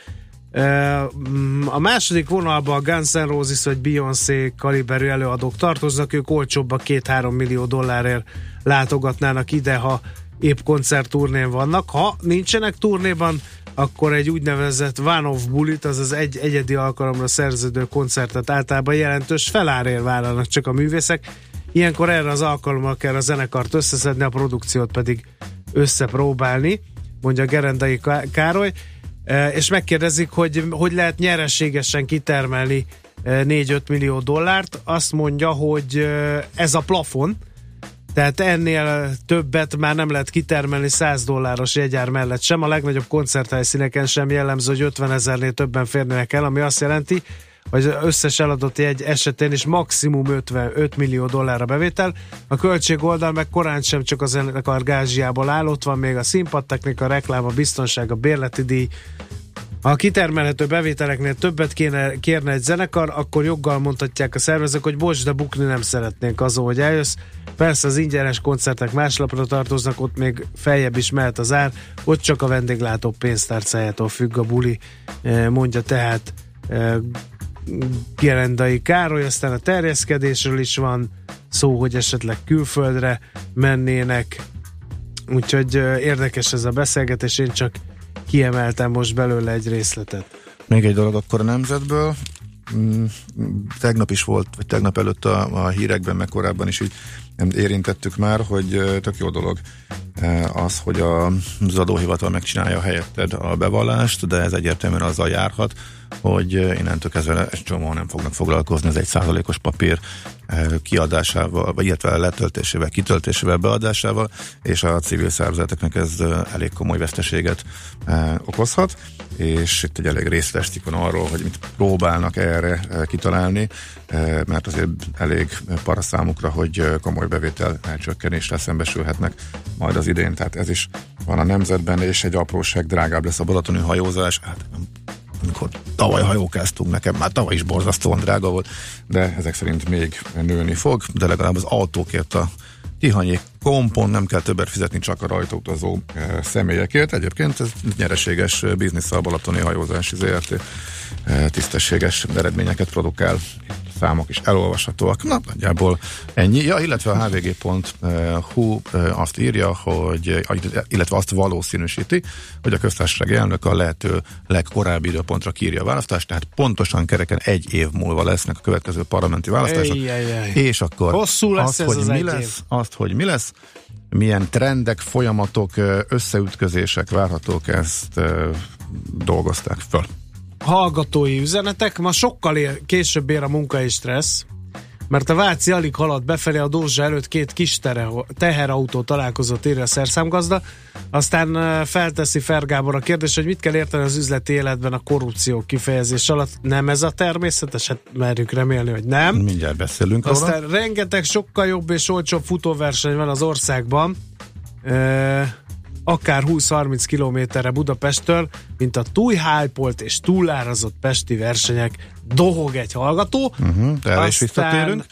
A második vonalban a Guns N' Roses vagy Beyoncé kaliberű előadók tartoznak, ők olcsóbbak két-három millió dollárért látogatnának ide, ha épp koncertturnén vannak. Ha nincsenek turnéban, akkor egy úgynevezett one-off bullit, azaz egy egyedi alkalomra szerződő koncertet általában jelentős felárért vállalnak csak a művészek. Ilyenkor erre az alkalommal kell a zenekart összeszedni, a produkciót pedig összepróbálni, mondja Gerendai Károly, és megkérdezik, hogy hogy lehet nyereségesen kitermelni négy-öt millió dollárt. Azt mondja, hogy ez a plafon, tehát ennél többet már nem lehet kitermelni száz dolláros jegyár mellett sem. A legnagyobb koncerthelyszíneken sem jellemző, hogy ötvenezernél többen férnének el, ami azt jelenti, hogy az összes eladott jegy esetén is maximum ötvenöt millió dollár a bevétel. A költség oldal meg korán sem csak a zenekar gázsiából áll, ott van még a színpadtechnika, a reklám, a biztonság, a bérleti díj. Ha a kitermelhető bevételeknél többet kéne, kérne egy zenekar, akkor joggal mondhatják a szervezők, hogy bocs, de bukni nem szeretnénk azon, hogy eljössz. Persze az ingyenes koncertek máslapra tartoznak, ott még feljebb is mehet az ár, ott csak a vendéglátó pénztárcájától függ a buli, mondja tehát Gerendai Károly. Aztán a terjeszkedésről is van szó, hogy esetleg külföldre mennének, úgyhogy érdekes ez a beszélgetés, én csak kiemeltem most belőle egy részletet. Még egy dolog akkor a Nemzetből. Tegnap is volt, vagy tegnap előtt a, a hírekben, meg korábban is így érintettük már, hogy tök jó dolog az, hogy az adóhivatal megcsinálja helyetted a bevallást, de ez egyértelműen azzal járhat, hogy innentől kezdve egy csomó nem fognak foglalkozni az egy százalékos papír kiadásával, vagy illetve letöltésével, kitöltésével, beadásával, és a civil szervezeteknek ez elég komoly veszteséget okozhat, és itt egy elég részletes cikk van arról, hogy mit próbálnak erre kitalálni, mert azért elég para számukra, hogy komoly bevétel elcsökkenésre szembesülhetnek majd az idén, tehát ez is van a Nemzetben, és egy apróság, drágább lesz a balatoni hajózás, hát amikor tavaly hajókáztunk, nekem már tavaly is borzasztóan drága volt, de ezek szerint még nőni fog, de legalább az autókért, a tihanyi kompon nem kell többet fizetni, csak a rajta utazó e, személyekért. Egyébként ez nyereséges biznisz a balatoni hajózási zé er té, e, tisztességes eredményeket produkál, számok is elolvashatóak. Na, nagyjából ennyi. Ja, illetve a há vé gé pont hú azt írja, hogy, illetve azt valószínűsíti, hogy a köztársaság elnök a lehető legkorábbi időpontra kiírja a választást, tehát pontosan kereken egy év múlva lesznek a következő parlamenti választások. Ej, ej, ej. És akkor hosszú lesz azt, ez hogy az mi egy lesz, év. azt, hogy mi lesz, milyen trendek, folyamatok, összeütközések várhatók, ezt dolgozták föl. Hallgatói üzenetek, ma sokkal ér, később ér a munkai stressz, mert a Váci alig haladt befelé, a Dózsa előtt két kis tere, teherautó találkozott, írja a szerszámgazda, aztán felteszi Fergábor a kérdés, hogy mit kell érteni az üzleti életben a korrupció kifejezés alatt. Nem ez a természetes? Hát merjük remélni, hogy nem. Mindjárt beszélünk róla. Aztán rengeteg sokkal jobb és olcsóbb futóverseny van az országban, e- akár húsz-harminc kilométerre Budapesttől, mint a túl hype-olt és túlárazott pesti versenyek, dohog egy hallgató. Uh-huh, de erre is visszatérünk.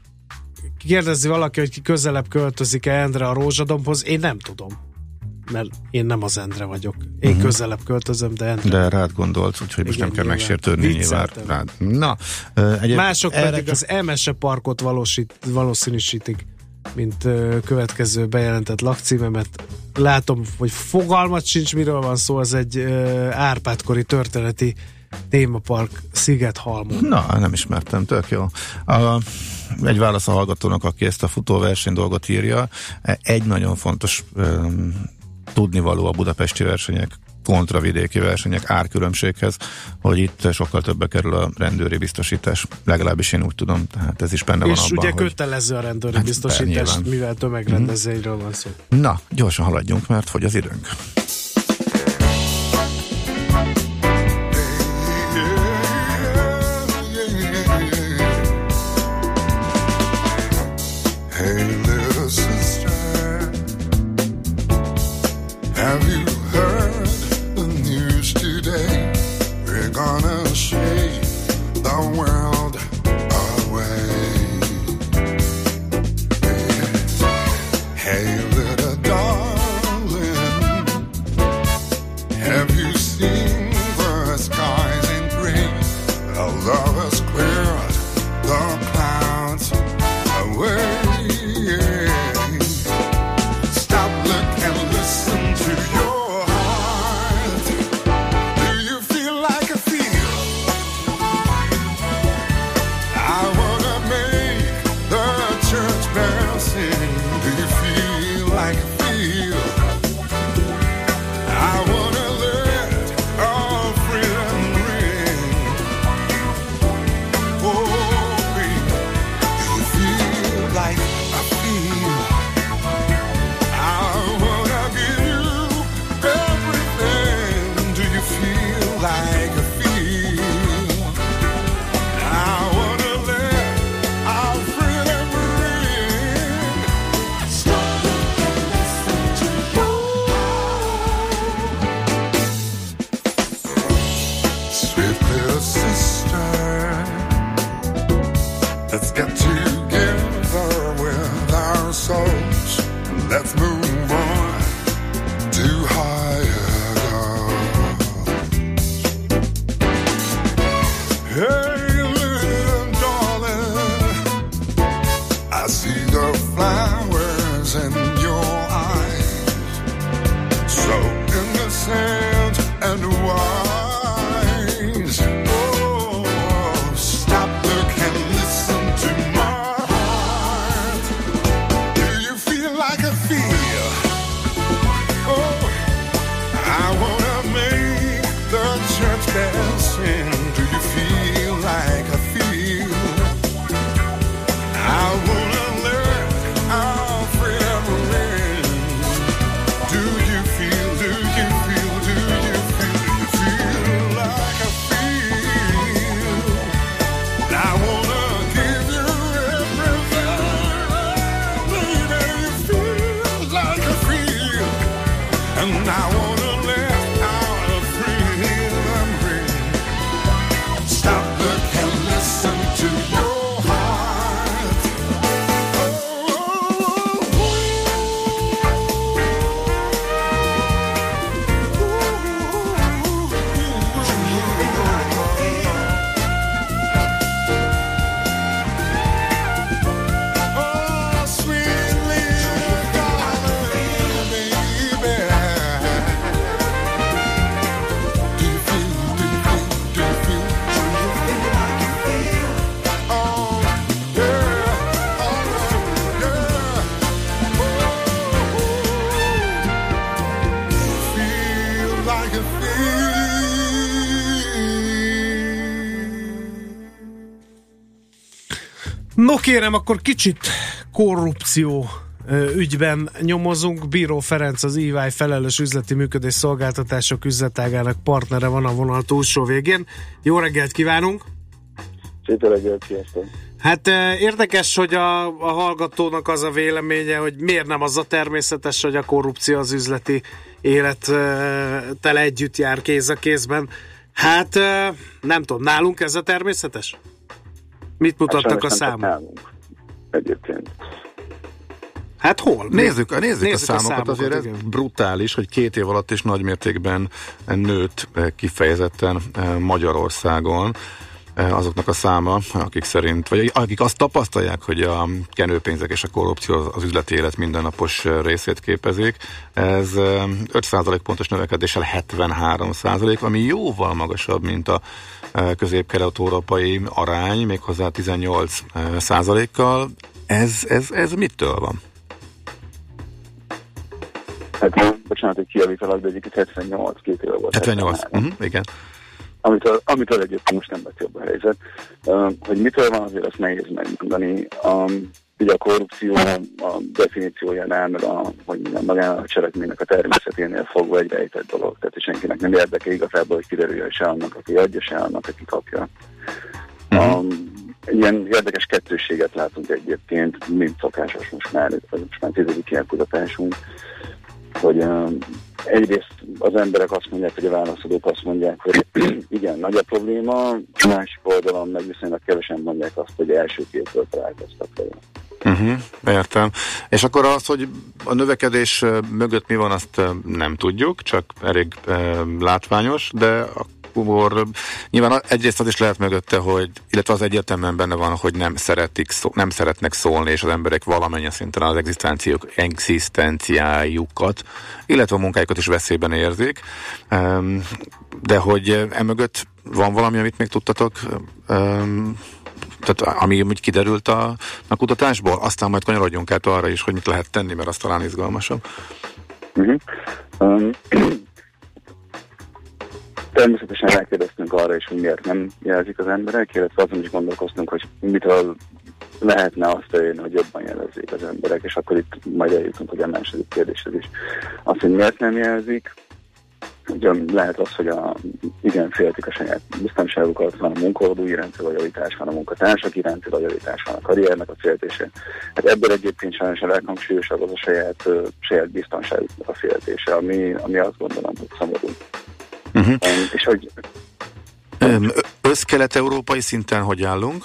Kérdezi valaki, hogy ki közelebb költözik-e Endre a Rózsadombhoz. Én nem tudom, mert én nem az Endre vagyok. Én uh-huh. közelebb költözöm, de Endre. De rád gondolt, úgyhogy most igen, nem kell megsértődni nyilván rád. Na, uh, Mások pedig az Emese parkot valósít, valószínűsítik, mint uh, következő bejelentett lakcímemet. Látom, hogy fogalmat sincs, miről van szó, az egy uh, Árpád-kori történeti témapark Szigethalmon. Na, nem ismertem, tök jó. A, egy válasz a hallgatónak, aki ezt a futóverseny dolgot írja. Egy nagyon fontos um, tudnivaló a budapesti versenyek kontravidéki versenyek árkülönbséghez, hogy itt sokkal többe kerül a rendőri biztosítás. Legalábbis én úgy tudom, tehát ez is benne és van abban, ugye hogy... kötelező a rendőri hát biztosítás, nyilván. mivel tömegrendezvényről van szó. Na, gyorsan haladjunk, mert fogy az időnk. Hey little sister, have you heard the news today? We're gonna shake the world away. Hey little darling, have you seen the skies in green? Our love has cleared the clouds away. Stop, look, and listen to your heart. Do you feel like I feel? I wanna make the church bells sing. Do you feel like I feel? I wanna let our freedom ring. Oh, baby, do you feel like I feel? I wanna give you everything. Do you feel like I feel? I wanna let our freedom ring. Stop and listen to your sweet little sister. Let's get together with our souls. Let's move on to higher goals. Hey, little darling, I see the flowers in your eyes, so innocent and wise. Oh, stop, look, and listen to my heart. Do you feel like I feel? Oh, I wanna make the church bells sing. Do you feel like I feel? I wanna let our freedom ring. Do you feel, do you feel, do you feel, do you feel like I feel? I wanna give you everything. Baby, you feel like I feel. And I wanna let our freedom ring. Stop, look, and listen to your heart. Oh, sweet little darling, baby. Do you feel, do you feel, do you feel, do you feel like you feel? Oh, yeah, oh, yeah. Oh, feel like you feel. No kérem, akkor kicsit korrupció ö, ügyben nyomozunk. Bíró Ferenc, az é vé i felelős üzleti működés szolgáltatások üzletágának partnere van a vonal túlsó végén. Jó reggelt kívánunk! Szép reggelt, sziasztok! Hát ö, érdekes, hogy a, a hallgatónak az a véleménye, hogy miért nem az a természetes, hogy a korrupció az üzleti élettel együtt jár kéz a kézben. Hát ö, nem tudom, nálunk ez a természetes? Mit mutatnak a számok? Nálunk. Egyébként. Hát hol? Nézzük, nézzük, Nézzük a számokat, a számokat, azért ez igen. brutális, hogy két év alatt is nagymértékben nőtt kifejezetten Magyarországon azoknak a száma, akik szerint, vagy akik azt tapasztalják, hogy a kenőpénzek és a korrupció az üzleti élet mindennapos részét képezik. Ez öt százalékpontos növekedéssel hetvenhárom százalék, ami jóval magasabb, mint a közép-kelet-európai arány, méghozzá tizennyolc százalékkal. Ez, ez, ez mitől van? Hát, bocsánat, hogy kijavítalak, de egyébként hetvennyolc, két éve volt. hetvennyolc, uh-huh, igen. Amitől, amitől egyébként most nem lett jobb a helyzet. Uh, hogy mitől van, azért azt nehéz megmondani. Um, ugye a korrupció a definíciójánál, meg a, hogy minden magának a cselekménynek a természeténél fogva egy rejtett dolog. Tehát senkinek nem érdeke igazából, hogy kiderüljön se annak, aki adja, se annak, aki kapja. Uh-huh. Um, ilyen érdekes kettősséget látunk egyébként, mint szokásos most már, ez most már tizedik ilyen kutatásunk, hogy um, egyrészt az emberek azt mondják, hogy a válaszadók azt mondják, hogy igen, nagy a probléma, másik oldalon meg viszonylag kevesen mondják azt, hogy első kétből találkoztak vele. Uh-huh, értem. És akkor az, hogy a növekedés mögött mi van, azt nem tudjuk, csak elég eh, látványos, de akkor nyilván egyrészt az is lehet mögötte, hogy, illetve az egyértelműen benne van, hogy nem szeretik, szó, nem szeretnek szólni, és az emberek valamennyi szinten az egzisztenciájuk, egzisztenciájukat, illetve a munkájukat is veszélyben érzik. De hogy emögött van valami, amit még tudtatok, tehát ami úgy kiderült a, a kutatásból, aztán majd kanyarodjunk át arra is, hogy mit lehet tenni, mert az talán izgalmasabb. Uh-huh. Um. Természetesen rákérdeztünk arra is, hogy miért nem jelzik az emberek, illetve azon is gondolkoztunk, hogy mitől lehetne azt elérni, hogy jobban jelezzék az emberek, és akkor itt majd eljutunk, hogy a második kérdéshez is. Azt, hogy miért nem jelzik, ugye lehet az, hogy a, igen, féltik a saját biztonságukat, van a munkaadó iránti lojalitás, van a munkatársak iránti lojalitás, van a karriernek a féltése. Hát ebből egyébként sajnos a leghangsúlyosabb az a saját, saját biztonságuknak a féltése, ami, ami azt gondolom, hogy szomorú. Uh-huh. Um, és hogy... Um, összkelet-európai szinten hogy állunk?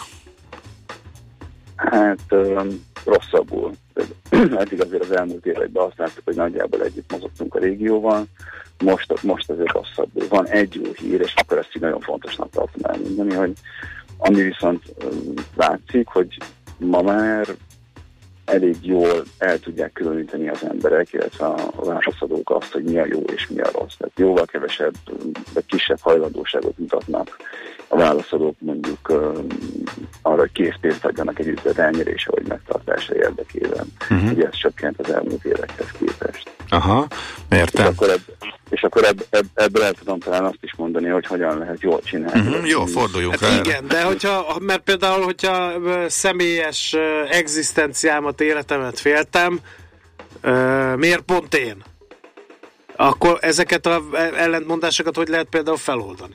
Hát um, rosszabbul. Eddig azért az elmúlt években azt láttuk, hogy nagyjából együtt mozogtunk a régióval, most, most azért rosszabbul. Van egy jó hír, és akkor ezt így nagyon fontosnak tartom elmondani, hogy ami viszont um, látszik, hogy ma már elég jól el tudják különíteni az emberek, illetve a válaszadók azt, hogy mi a jó és mi a rossz. Tehát jóval kevesebb, vagy kisebb hajlandóságot mutatnak a válaszadók mondjuk um, arra, hogy készpénzt adjanak egy üzlet elnyerése vagy megtartása érdekében. Uh-huh. Ugye ez csökkent az elmúlt évekhez képest. Aha, értem. És akkor, ebb, és akkor ebb, ebb, ebből el tudom talán azt is mondani, hogy hogyan lehet jól csinálni. Uh-huh, jó, forduljunk hát rá. Igen, de hogyha, mert például, hogyha személyes egzisztenciámat, életemet féltem, miért pont én? Akkor ezeket az ellentmondásokat hogy lehet például feloldani?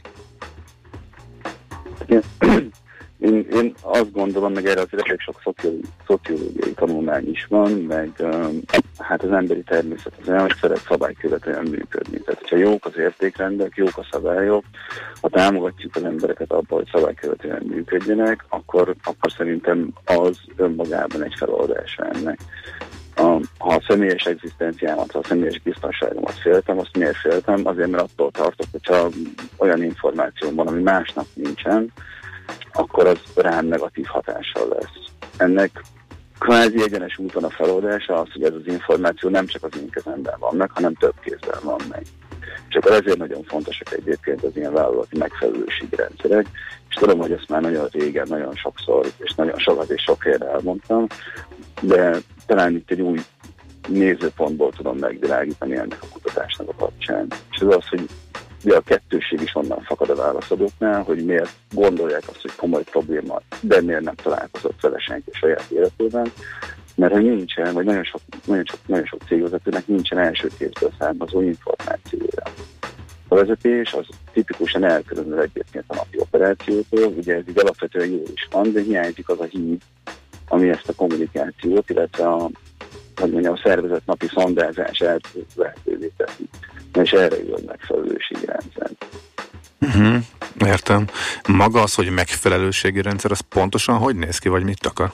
Én, én azt gondolom, meg erre azért elég sok szociológiai tanulmány is van, meg um, hát az emberi természet az olyan, hogy szeret szabálykövetően működni. Tehát, hogyha jók az értékrendek, jók a szabályok, ha támogatjuk az embereket abban, hogy szabálykövetően működjenek, akkor, akkor szerintem az önmagában egy feloldása ennek. Um, ha a személyes egzisztenciámat, ha a személyes biztonságomat féltem, azt miért féltem? Azért, mert attól tartok, hogyha olyan információm van, ami másnak nincsen, akkor az rám negatív hatással lesz. Ennek kvázi egyenes úton a feloldása az, hogy ez az információ nem csak az én kezemben van meg, hanem több kézben van meg. És akkor ezért nagyon fontosak egyébként az ilyen vállalati megfelelőségi rendszerek, és tudom, hogy ezt már nagyon régen, nagyon sokszor, és nagyon sokat és sok helyre elmondtam, de talán itt egy új nézőpontból tudom megvilágítani ennek a kutatásnak a kapcsán. És ez az, hogy a kettőség is onnan fakad a válaszadóknál, hogy miért gondolják azt, hogy komoly probléma, de miért nem találkozott vele senki a saját életében, mert hogy nincsen, vagy nagyon sok, nagyon sok, nagyon sok cégvezetőnek nincsen első kézből származó információja. A vezetés az tipikusan elkülönül egyébként a napi operációtól, ugye ez így alapvetően jó is van, de hiányzik az a híd, ami ezt a kommunikációt, illetve a, hogy mondjam, a szervezet napi szondázását lehetővé teszi. És erre jön megfelelőségi rendszer. Uh-huh, értem. Maga az, hogy megfelelőségi rendszer, az pontosan hogy néz ki, vagy mit akar?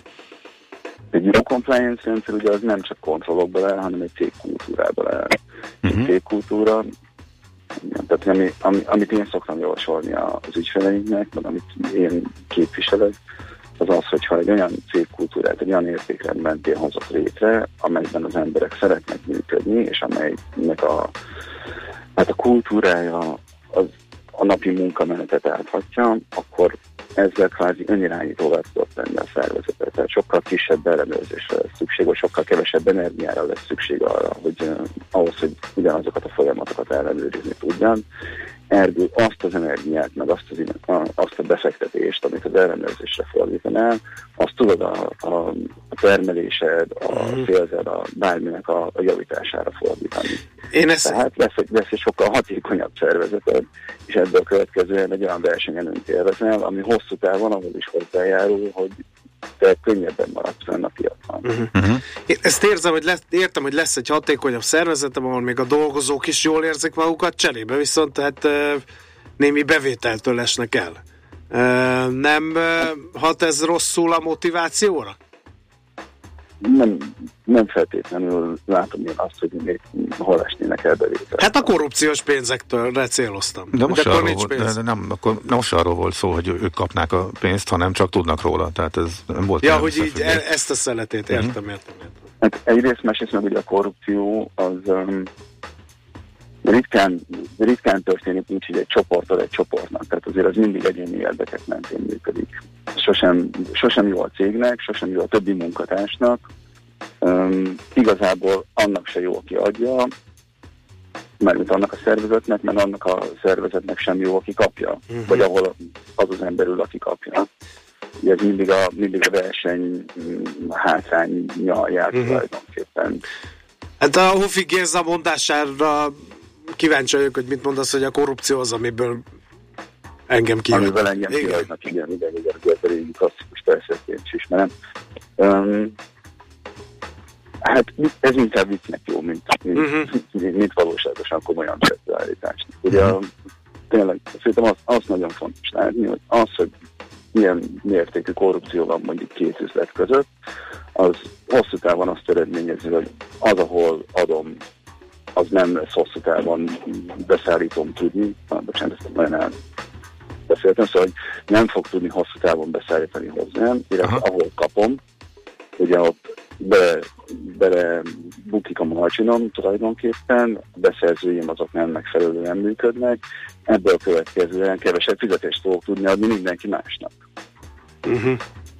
Egy jó compliance rendszer ugye az nem csak kontrollokból áll, hanem egy cégkultúrából áll. Uh-huh. Egy cégkultúra, tehát ami, ami, amit én szoktam javasolni az ügyfeleinknek, meg amit én képviselek, az az, hogyha egy olyan cégkultúrát, egy olyan értékrend mentén hozok létre, amelyben az emberek szeretnek működni, és amelynek a, hát a kultúrája az a napi munkamenetet áthatja, akkor ezzel kvázi önirányítóvá tudott tenni a szervezetet. Tehát sokkal kisebb ellenőrzésre lesz szükség, vagy sokkal kevesebb energiára lesz szükség arra, hogy uh, ahhoz, hogy ugyanazokat a folyamatokat ellenőrizni tudjam. Ergo azt az energiát, meg azt, az, a, azt a befektetést, amit az ellenőrzésre fordítanál, azt tudod a, a, a termelésed, a szélzed, a bárminek a, a javítására fordítani. Én ezt... Tehát lesz egy, lesz egy sokkal hatékonyabb szervezeted, és ebből következően egy olyan versenyen öntélvezel, ami hosszú távon ahhoz is hozzájárul, hogy te könnyebben maradsz fenn a piacon. Uh-huh. Uh-huh. Én ezt érzem, hogy lesz, értem, hogy lesz egy hatékonyabb szervezetem, ahol még a dolgozók is jól érzik magukat, cserébe viszont tehát e, némi bevételtől esnek el. E, nem e, hat ez rosszul a motivációra? Nem, nem feltétlenül látom én azt, hogy még hol esnének el bevétel. Hát a korrupciós pénzektől céloztam. De most, de arról volt, de, de nem, akkor nem most arról volt szó, hogy ők kapnák a pénzt, hanem csak tudnak róla. Tehát ez nem volt. Ja, hogy így e, ezt a szeletét értem, uh-huh. értem, értem. Hát egyrészt, másrészt meg ugye a korrupció az um, ritkán, ritkán történik úgy, hogy egy csoporttól egy csoportnak. Tehát azért az mindig egyéni érdekek mentén működik. Sosem, sosem jó a cégnek, sosem jó a többi munkatársnak. Um, igazából annak se jó, aki adja, mármint annak a szervezetnek, mert annak a szervezetnek sem jó, aki kapja. Uh-huh. Vagy ahol az az ember ül, aki kapja. Ugye ez mindig a, mindig a verseny hátránya jár uh-huh. tulajdonképpen. Hát a Hofi Géza mondására kíváncsi vagyok, hogy mit mondasz, hogy a korrupció az, amiből engem kihagynak. Amiből engem igen. kihagynak, igen, igen, igen, igen, a régi klasszikus percetként is ismerem. Um, hát ez inkább viccnek jó, mint, mint, uh-huh. mint, mint valóságosan komolyan vett állításnak. Ugye uh-huh. tényleg szerintem az, az nagyon fontos látni, hogy az, hogy milyen mértékű korrupció van mondjuk két üzlet között, az hosszú távon azt eredményezi, hogy az, ahol adom, az nem lesz hosszú távon beszállítom tudni, ah, bocsánat, ezt nagyon elbeszéltem, szóval, hogy nem fog tudni hosszú távon beszállítani hozzám, illetve aha. ahol kapom, ugye ott be, bele bukik a marginom tulajdonképpen, a beszerzőim azok nem megfelelően működnek, ebből következően kevesebb fizetést fogok tudni adni mindenki másnak. Uh-huh.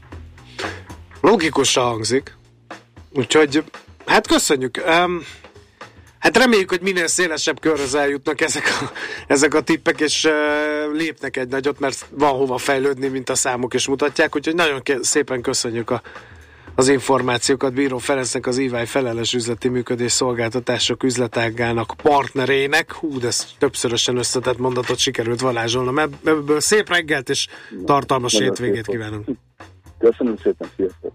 Logikusan hangzik. Úgyhogy, hát köszönjük. Um, hát reméljük, hogy minél szélesebb körhöz eljutnak ezek a, ezek a tippek, és uh, lépnek egy nagyot, mert van hova fejlődni, mint a számok is mutatják. Úgyhogy nagyon ke- szépen köszönjük a az információkat Bíró Ferencnek, az é vé i Felelős Üzleti Működés Szolgáltatások üzletágának partnerének. Hú, de ezt többszörösen összetett mondatot sikerült varázsolnom. Ebből szép reggelt és tartalmas hétvégét kívánunk. Köszönöm szépen, sziasztok!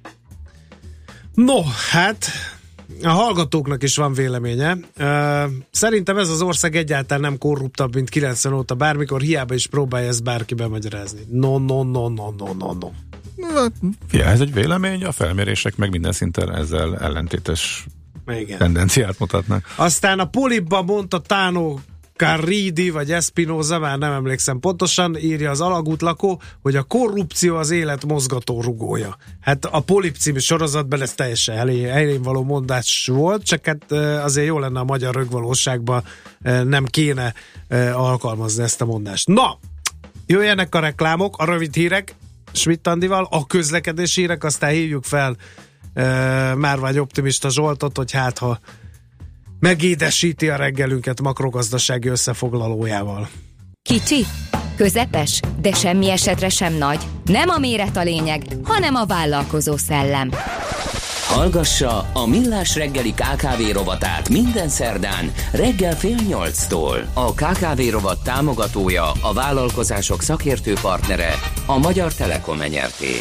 No, hát a hallgatóknak is van véleménye. Szerintem ez az ország egyáltalán nem korruptabb, mint kilencven óta bármikor, hiába is próbálja ezt bárki bemagyarázni. No, no, no, no, no, no, no. Ja, ez egy vélemény, a felmérések meg minden szinten ezzel ellentétes igen. tendenciát mutatnak. Aztán a Polipba mondta Tano Carridi, vagy Espinoza, már nem emlékszem pontosan, írja az Alagút lakó, hogy a korrupció az élet mozgató rugója. Hát a Polip című sorozatban ez teljesen helyén való mondás volt, csak hát azért jó lenne a magyar rögvalóságban nem kéne alkalmazni ezt a mondást. Na, jöjjenek a reklámok, a rövid hírek, Schmidt Andival, a közlekedési hírek, aztán hívjuk fel e, Márvány Optimista Zsoltot, hogy hát ha megédesíti a reggelünket makrogazdasági összefoglalójával. Kicsi, közepes, de semmi esetre sem nagy. Nem a méret a lényeg, hanem a vállalkozó szellem. Hallgassa a Millás reggeli ká ká vé rovatát minden szerdán reggel fél nyolctól. A ká ká vé rovat támogatója, a vállalkozások szakértő partnere, a Magyar Telekom Nyrt.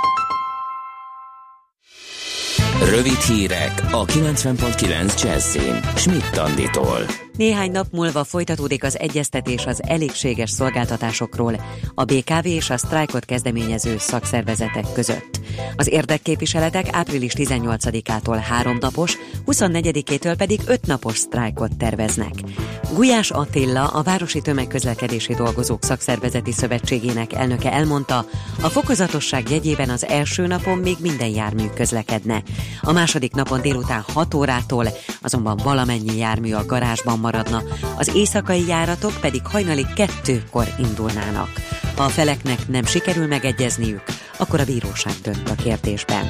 Rövid hírek a kilencven pont kilenc Jazzin Schmidt Anditól. Néhány nap múlva folytatódik az egyeztetés az elégséges szolgáltatásokról a bé ká vé és a sztrájkot kezdeményező szakszervezetek között. Az érdekképviseletek április tizennyolcadikától három napos, huszonnegyedikétől pedig öt napos sztrájkot terveznek. Gulyás Attila, a Városi Tömegközlekedési Dolgozók Szakszervezeti Szövetségének elnöke elmondta, a fokozatosság jegyében az első napon még minden jármű közlekedne. A második napon délután hat órától azonban valamennyi jármű a garázsban maradna, az éjszakai járatok pedig hajnali kettőkor indulnának. Ha a feleknek nem sikerül megegyezniük, akkor a bíróság dönt a kérdésben.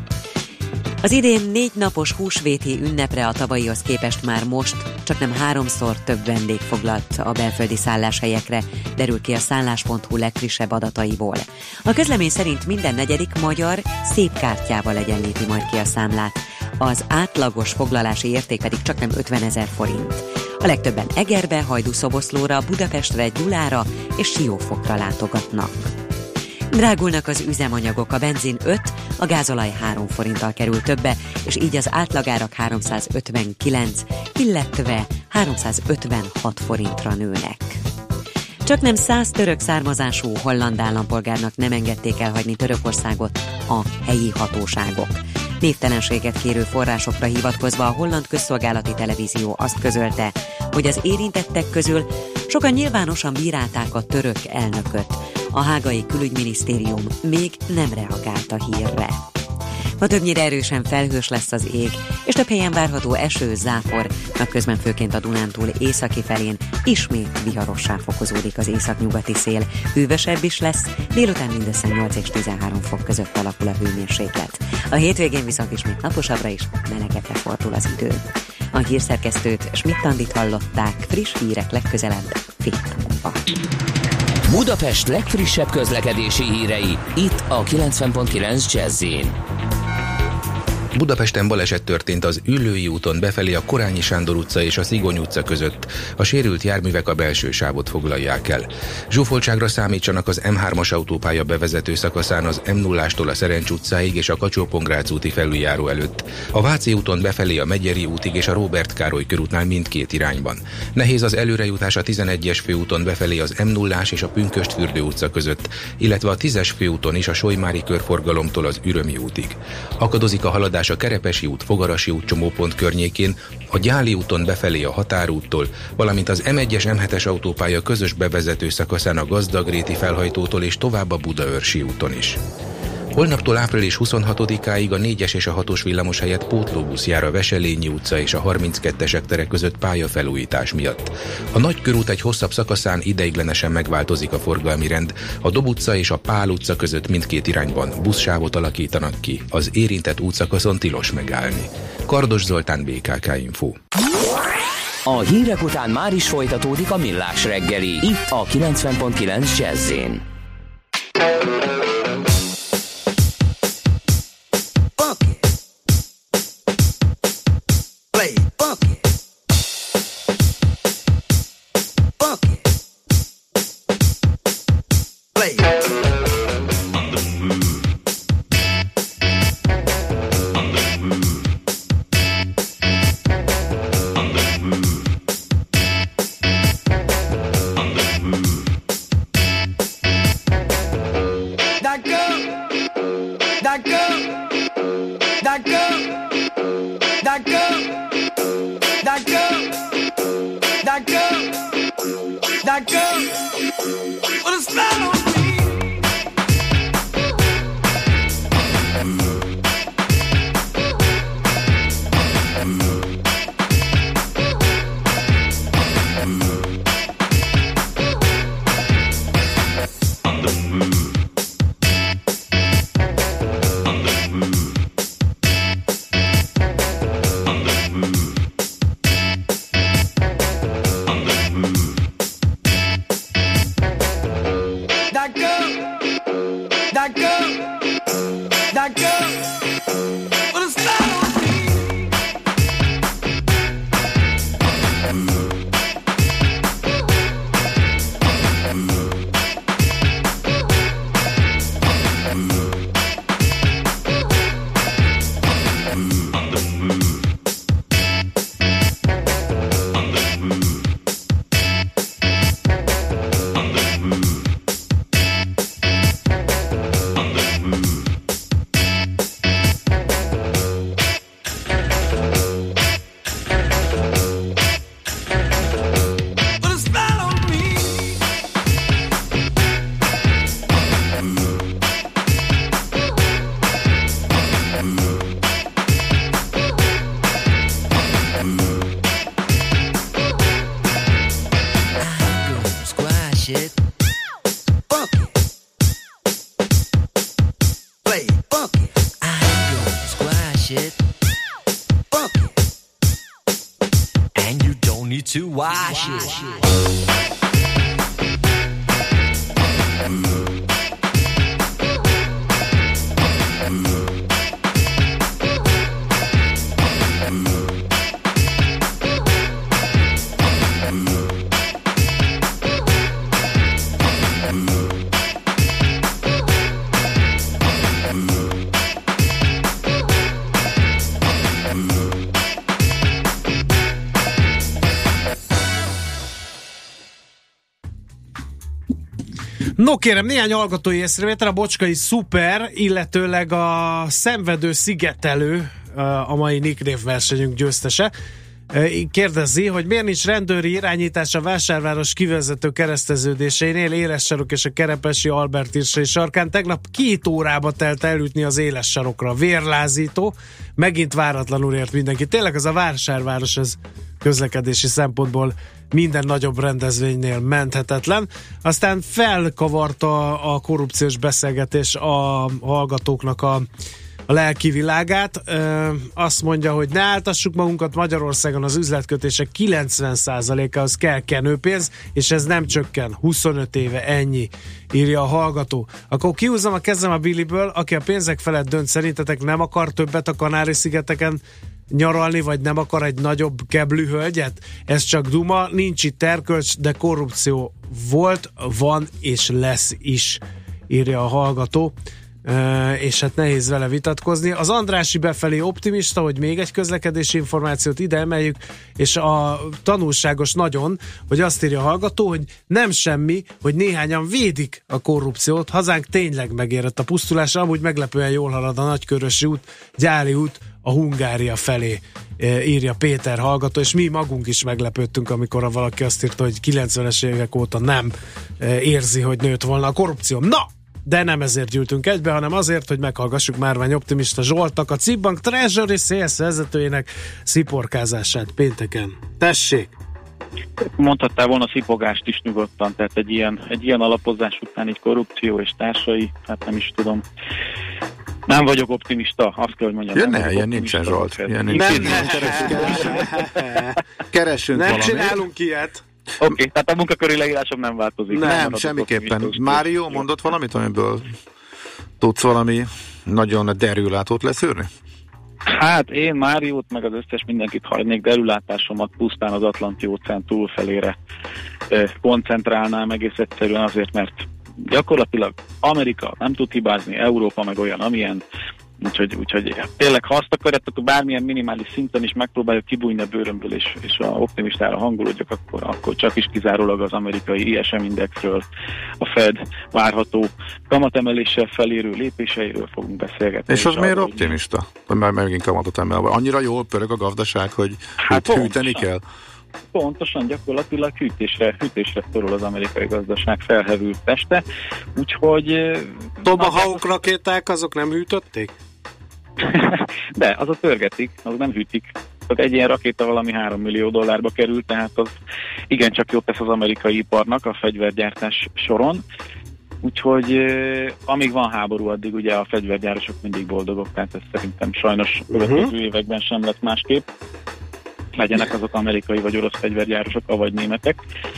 Az idén négy napos húsvéti ünnepre a tavalyihoz képest már most csak nem háromszor több vendég foglalt a belföldi szálláshelyekre, derül ki a szállás pont hu legfrissebb adataiból. A közlemény szerint minden negyedik magyar szép kártyával egyenlíti majd ki a számlát, az átlagos foglalási érték pedig csak nem ötvenezer forint. A legtöbben Egerbe, Hajdúszoboszlóra, Budapestre, Gyulára és Siófokra látogatnak. Drágulnak az üzemanyagok, a benzin öt, a gázolaj három forinttal kerül többe, és így az átlagárak háromszázötvenkilenc, illetve háromszázötvenhat forintra nőnek. Csak nem száz török származású holland állampolgárnak nem engedték elhagyni Törökországot a helyi hatóságok. Névtelenséget kérő forrásokra hivatkozva a holland közszolgálati televízió azt közölte, hogy az érintettek közül sokan nyilvánosan bírálták a török elnököt. A hágai külügyminisztérium még nem reagált a hírre. Ma többnyire erősen felhős lesz az ég, és több helyen várható eső, zápor, napközben főként a Dunántúl északi felén ismét viharossá fokozódik az északnyugati szél. Hűvösebb is lesz, délután mindössze nyolc és tizenhárom fok között alakul a hőmérséklet. A hétvégén viszont ismét naposabbra is melegebbre fordul az idő. A hírszerkesztőt, Schmidt-Andit hallották, friss hírek legközelebb fél múlva. Budapest legfrissebb közlekedési hírei, itt a kilencven pont kilenc Jazz-in. Budapesten baleset történt az Üllői úton befelé a Korányi Sándor utca és a Szigony utca között. A sérült járművek a belső sávot foglalják el. Zsúfoltságra számítsanak az em hármas autópálya bevezető szakaszán az em nullástól a Szerencs utcáig és a Kacsó-Pongrác úti felüljáró előtt. A Váci úton befelé a Megyeri útig és a Róbert Károly körútnál mindkét irányban. Nehéz az előrejutás a tizenegyes főúton befelé az em nullás és a Pünkösdfürdő utca között, illetve a tízes főúton is a Solymári körforgalomtól az Ürömi útig. Akadozik a haladás a Kerepesi út, Fogarasi út csomópont környékén, a Gyáli úton befelé a Határúttól, valamint az em egyes em hetes autópálya közös bevezető szakaszán a Gazdagréti felhajtótól és tovább a Budaörsi úton is. Holnaptól április huszonhatodikáig a négyes és a hatos villamos helyett pótlóbusz jár a Veselényi utca és a harminckettesek tere között pályafelújítás miatt. A Nagykörút egy hosszabb szakaszán ideiglenesen megváltozik a forgalmi rend, a Dob utca és a Pál utca között mindkét irányban buszsávot alakítanak ki, az érintett útszakaszon tilos megállni. Kardos Zoltán, bé ká ká Info. A hírek után már is folytatódik a Millás reggeli, itt a kilencven pont kilenc Jazz-in. Play it, funk it. I don't squash it. Funk it. And you don't need to wash it. No kérem, néhány hallgatói észrevétel, a Bocskai szuper, illetőleg a szenvedő szigetelő, a mai nicknév versenyünk győztese. Kérdezi, hogy miért nincs rendőri irányítás a Vásárváros kivezető kereszteződéseinél, éles sarok és a Kerepesi Albert Irsai sarkán. Tegnap két órába telt elütni az éles sarokra. Vérlázító, megint váratlanul ért mindenki. Tényleg az a Vásárváros, ez közlekedési szempontból minden nagyobb rendezvénynél menthetetlen. Aztán felkavarta a korrupciós beszélgetés a hallgatóknak a, a lelki világát. Ö, azt mondja, hogy ne áltassuk magunkat, Magyarországon az üzletkötések kilencven százalékához kell kenőpénz, és ez nem csökken. huszonöt éve ennyi, írja a hallgató. Akkor kihúzom a kezem a Billiből, aki a pénzek felett dönt, szerintetek nem akar többet a Kanári-szigeteken nyaralni, vagy nem akar egy nagyobb keblű hölgyet? Ez csak duma, nincs itt erkölcs, de korrupció volt, van és lesz is, írja a hallgató. Uh, és hát nehéz vele vitatkozni. Az Andrássy befelé optimista, hogy még egy közlekedési információt ide emeljük, és a tanulságos nagyon, hogy azt írja a hallgató, hogy nem semmi, hogy néhányan védik a korrupciót, hazánk tényleg megérett a pusztulásra, amúgy meglepően jól halad a Nagykörösi út, Gyáli út a Hungária felé, írja Péter hallgató, és mi magunk is meglepődtünk, amikor valaki azt írta, hogy kilencvenes évek óta nem érzi, hogy nőtt volna a korrupció. Na! De nem ezért gyűltünk egybe, hanem azért, hogy meghallgassuk Márvány optimista Zsoltak, a Cip Bank Treasury Sales vezetőjének sziporkázását pénteken. Tessék! Mondhattál volna szipogást is nyugodtan, tehát egy ilyen, egy ilyen alapozás után így korrupció és társai, hát nem is tudom. Nem vagyok optimista, azt kell, hogy mondjam. Ja, ne, ilyen nincsen, Zsolt. Ilyen nincs. Nem, nem, keresünk nem valamit. csinálunk ilyet. Oké, okay, tehát a munkaköri leírásom nem változik. Nem, nem semmiképpen. Mário mondott valamit, amiből tudsz valami nagyon derülátót leszűrni? Hát én Máriót, meg az összes mindenkit hagynék, derülátásomat pusztán az Atlanti-óceán túlfelére eh, koncentrálnám egész egyszerűen azért, mert gyakorlatilag Amerika nem tud hibázni, Európa meg olyan, amilyen. Úgyhogy, úgyhogy tényleg, ha azt akarjátok, akkor bármilyen minimális szinten is megpróbáljuk kibújni a bőrömből, és, és a optimistára hangolódjak, akkor, akkor csak is kizárólag az amerikai I S M indexről, a Fed várható kamatemeléssel felérő lépéseiről fogunk beszélgetni. És az miért optimista? Hogy már megint kamatot emel. Annyira jól pörög a gazdaság, hogy hát hűteni kell? Pontosan, gyakorlatilag hűtésre, hűtésre szorul az amerikai gazdaság felhevült teste, úgyhogy... Tomahawk rakéták, azok nem hűtötték? De, azok pörgetik, azok nem hűtik. Egy ilyen rakéta valami három millió dollárba került, tehát az igencsak jót tesz az amerikai iparnak a fegyvergyártás soron. Úgyhogy amíg van háború, addig ugye a fegyvergyárosok mindig boldogok, tehát ez szerintem sajnos következő uh-huh. években sem lett másképp. Legyenek azok amerikai vagy orosz fegyvergyárosok, vagy németek.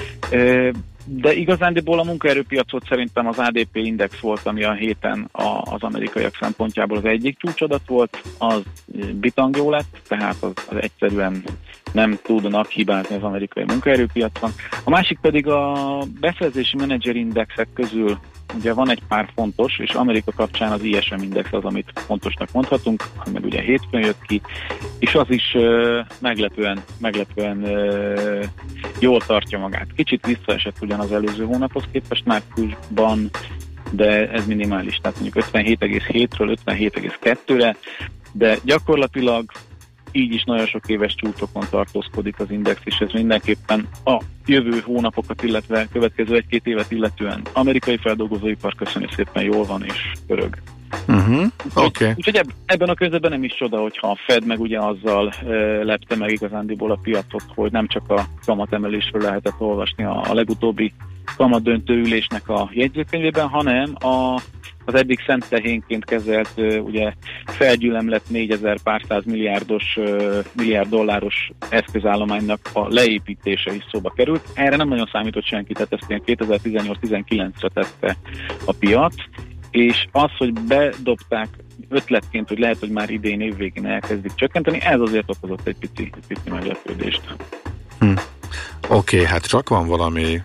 De igazándiból a munkaerőpiacot szerintem az á dé pé index volt, ami a héten az amerikaiak szempontjából az egyik csúcsadat volt, az bitang jó lett, tehát az, az egyszerűen nem tudnak hibázni az amerikai munkaerőpiacon. A másik pedig a beszerzési menedzser indexek közül ugye van egy pár fontos, és Amerika kapcsán az I S M index az, amit fontosnak mondhatunk, meg ugye hétfőn jött ki, és az is uh, meglepően, meglepően uh, jól tartja magát. Kicsit visszaesett ugyan az előző hónaphoz képest márciusban, de ez minimális, tehát mondjuk ötvenhét egész hétről ötvenhét egész kettőre, de gyakorlatilag így is nagyon sok éves csúcsokon tartózkodik az index, és ez mindenképpen a jövő hónapokat, illetve következő egy-két évet illetően amerikai feldolgozóipar köszönjük szépen jól van és pörög. Uh-huh. Oké. Okay. Úgyhogy eb- ebben a közben nem is csoda, hogyha a Fed meg ugye azzal e, lepte meg igazándiból a piacot, hogy nem csak a kamatemelésről lehetett olvasni a, a legutóbbi kamatdöntő ülésnek a jegyzőkönyvében, hanem a az eddig szent tehénként kezelt, ugye felgyülemlett négyezer pár száz milliárdos, milliárd dolláros eszközállománynak a leépítése is szóba került. Erre nem nagyon számított senki, tehát ezt ilyen kétezer-tizennyolc-tizenkilencre tette a piac, és az, hogy bedobták ötletként, hogy lehet, hogy már idén évvégén elkezdik csökkenteni, ez azért okozott egy pici, egy pici meglepődést. Hm. Oké, okay, hát csak van valami...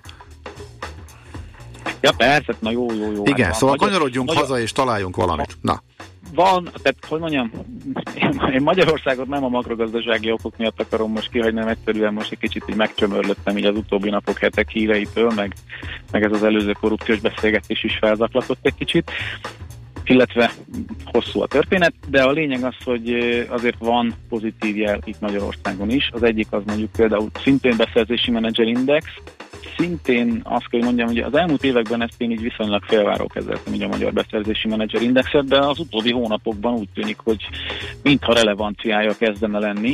Ja persze, na jó, jó, jó. Igen, hát szóval magyar, kanyarodjunk magyar, haza és találjunk valamit. Na. Van, tehát hogy mondjam, én Magyarországot nem a makrogazdasági okok miatt akarom most kihagyni, nem egyszerűen most egy kicsit így megcsömörlöttem így az utóbbi napok, hetek híreitől, meg, meg ez az előző korrupciós beszélgetés is felzaklatott egy kicsit, illetve hosszú a történet, de a lényeg az, hogy azért van pozitív jel itt Magyarországon is. Az egyik az mondjuk például szintén beszerzési menedzserindex, szintén azt kell, hogy mondjam, hogy az elmúlt években ezt én így viszonylag félváró kezeltem így a magyar beszerzési menedzserindexet, de az utóbbi hónapokban úgy tűnik, hogy mintha relevanciája kezdene lenni.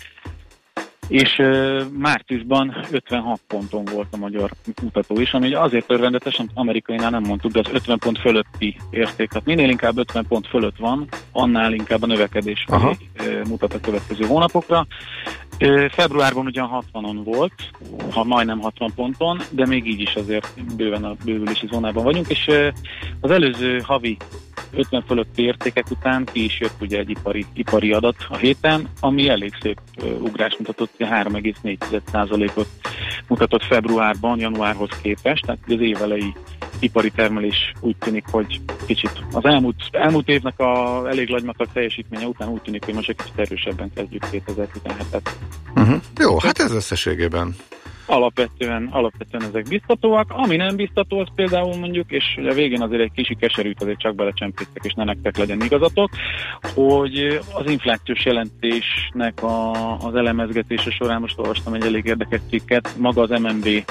És uh, márciusban ötvenhat ponton volt a magyar mutató is, ami azért örvendetes, amit amerikainál nem mondtuk, de az ötven pont fölötti érték. Tehát minél inkább ötven pont fölött van, annál inkább a növekedés uh, mutat a következő hónapokra. Uh, februárban ugyan hatvanon volt, ha majdnem hatvan ponton, de még így is azért bőven a bővülési zónában vagyunk, és uh, az előző havi ötven fölötti értékek után ki is jött ugye egy ipari, ipari adat a héten, ami elég szép uh, ugrás mutatott, három egész négy százalékot mutatott februárban, januárhoz képest, tehát az évelei ipari termelés úgy tűnik, hogy kicsit az elmúlt, elmúlt évnek a elég lagymatag teljesítménye után úgy tűnik, hogy most egy kicsit erősebben kezdjük kétezer-tizenhetet. Uh-huh. Jó, hát ez összességében. Alapvetően, alapvetően ezek biztatóak. Ami nem biztató, az például mondjuk, és a végén azért egy kicsi keserűt azért csak belecsempésztek, és ne nektek legyen igazatok, hogy az inflációs jelentésnek a, az elemezgetése során most olvastam egy elég érdekes cikket, maga az em en bé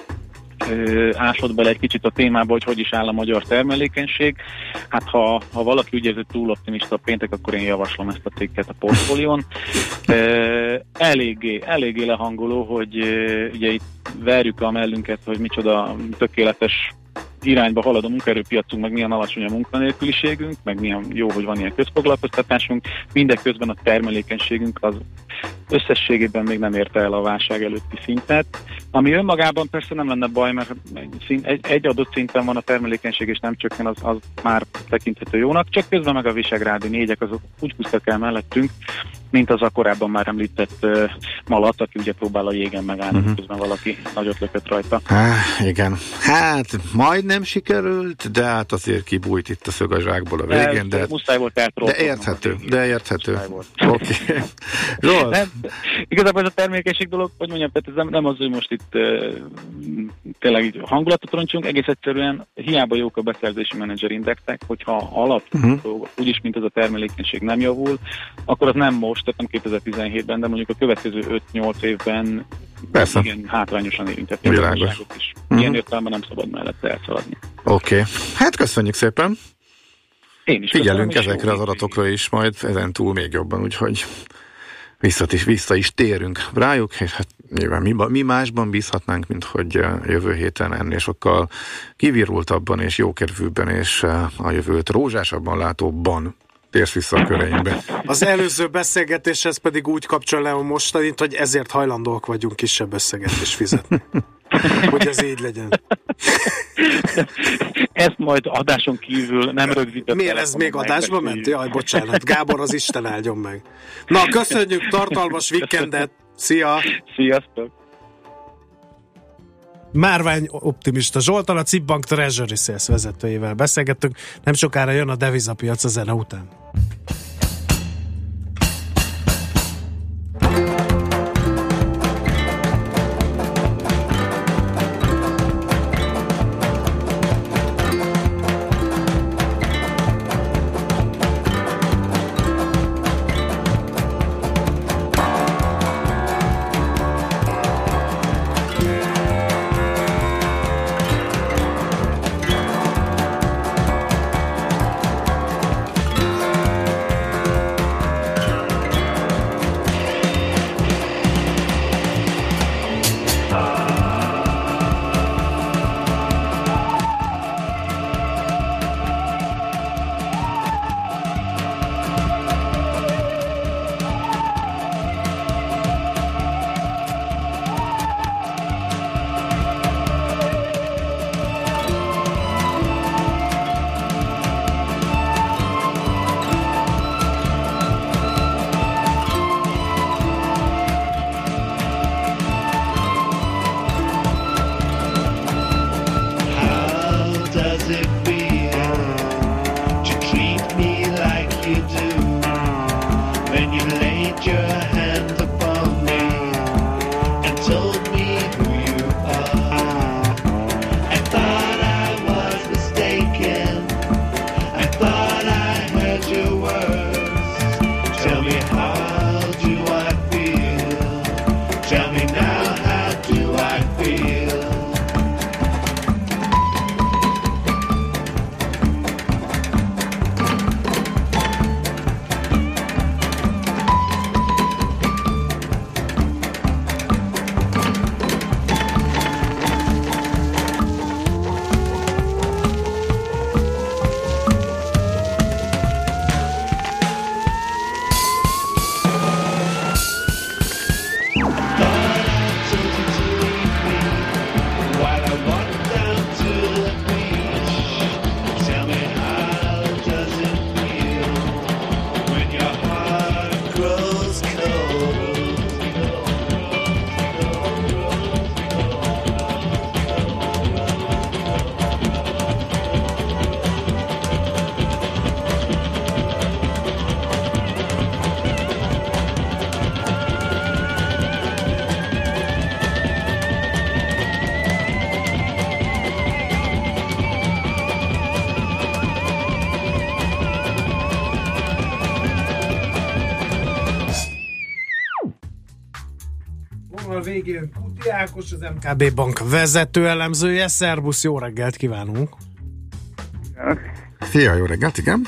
ásott bele egy kicsit a témába, hogy hogy is áll a magyar termelékenység. Hát ha, ha valaki úgy érzi, hogy túl optimista a péntek, akkor én javaslom ezt a cikket a portfólión. E, eléggé, eléggé lehangoló, hogy e, ugye itt verjük a mellünket, hogy micsoda tökéletes irányba halad a munkaerőpiacunk, meg milyen alacsony a munkanélküliségünk, meg milyen jó, hogy van ilyen közfoglalkoztatásunk. Mindeközben a termelékenységünk az összességében még nem érte el a válság előtti szintet, ami önmagában persze nem lenne baj, mert egy, egy adott szinten van a termelékenység, és nem csökken, az, az már tekinthető jónak, csak közben meg a visegrádi négyek azok úgy húztak el mellettünk, mint az a korábban már említett uh, malac, aki ugye próbál a jégen megállni, uh-huh. közben valaki nagyot lökött rajta. Há, igen. Hát majdnem sikerült, de hát azért kibújt itt a szög a zsákból a végén. De, muszáj volt de érthető, de érthető. Oké. Okay. Igazából ez a termékenység dolog, hogy mondjam, tehát ez nem, nem az, hogy most itt uh, tényleg így hangulatot roncsunk, egész egyszerűen hiába jók a beszerzési menedzserindexek, hogyha alap, uh-huh. úgyis, mint ez a termelékenység nem javul, akkor az nem most, tehát nem kétezer-tizenhétben, de mondjuk a következő öt-nyolc évben persze. Igen, hátrányosan érintett a gazdaságot is. Uh-huh. Ilyen értelemben nem szabad mellette elszaladni. Oké. Okay. Hát köszönjük szépen. Én is figyelünk köszönöm, ezekre az adatokra is, majd ezen túl még jobban, úgyhogy vissza is, vissza is térünk rájuk, és hát nyilván mi, mi másban bízhatnánk, mint hogy jövő héten ennél sokkal kivirultabban és jókedvűbben és a jövőt rózsásabban látóbban térsz vissza a köreinkbe. Az előző beszélgetéshez pedig úgy kapcsol le a mostanit, hogy ezért hajlandóak vagyunk kisebb összeget is fizetni. Hogy ez így legyen. Ezt majd adáson kívül nem rögzített. Miért ez még adásba ment? Jaj, bocsánat. Gábor, az Isten áldjon meg. Na, köszönjük, tartalmas weekendet. Szia! Sziasztok! Márvány optimista Zsoltal, a Cip Bank Treasury Sales vezetőjével beszélgettünk. Nem sokára jön a devizapiac a zene után. it feel to treat me like you do when you laid your hand upon me and told me who you are? I thought I was mistaken. I thought I heard your words. Tell me, how do I feel? Tell me now, how do I feel? While I walk down to the beach, tell me, how does it feel when your heart grows cold? Vonal végén Kuti Ákos, az em ká bé Bank vezető elemzője. Szerbusz, jó reggelt kívánunk! Szia, jó reggelt, igen.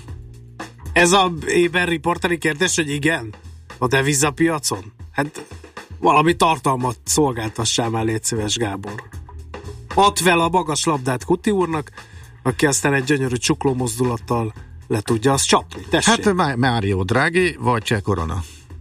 Ez a éber riporteri kérdés, hogy igen? A devizapiacon? Hát valami tartalmat szolgáltassál már, légy szíves, Gábor. Add fel a magas labdát Kuti úrnak, aki aztán egy gyönyörű csukló mozdulattal le tudja azt csapni. Tessék. Hát Mário Draghi vagy Cseh Korona?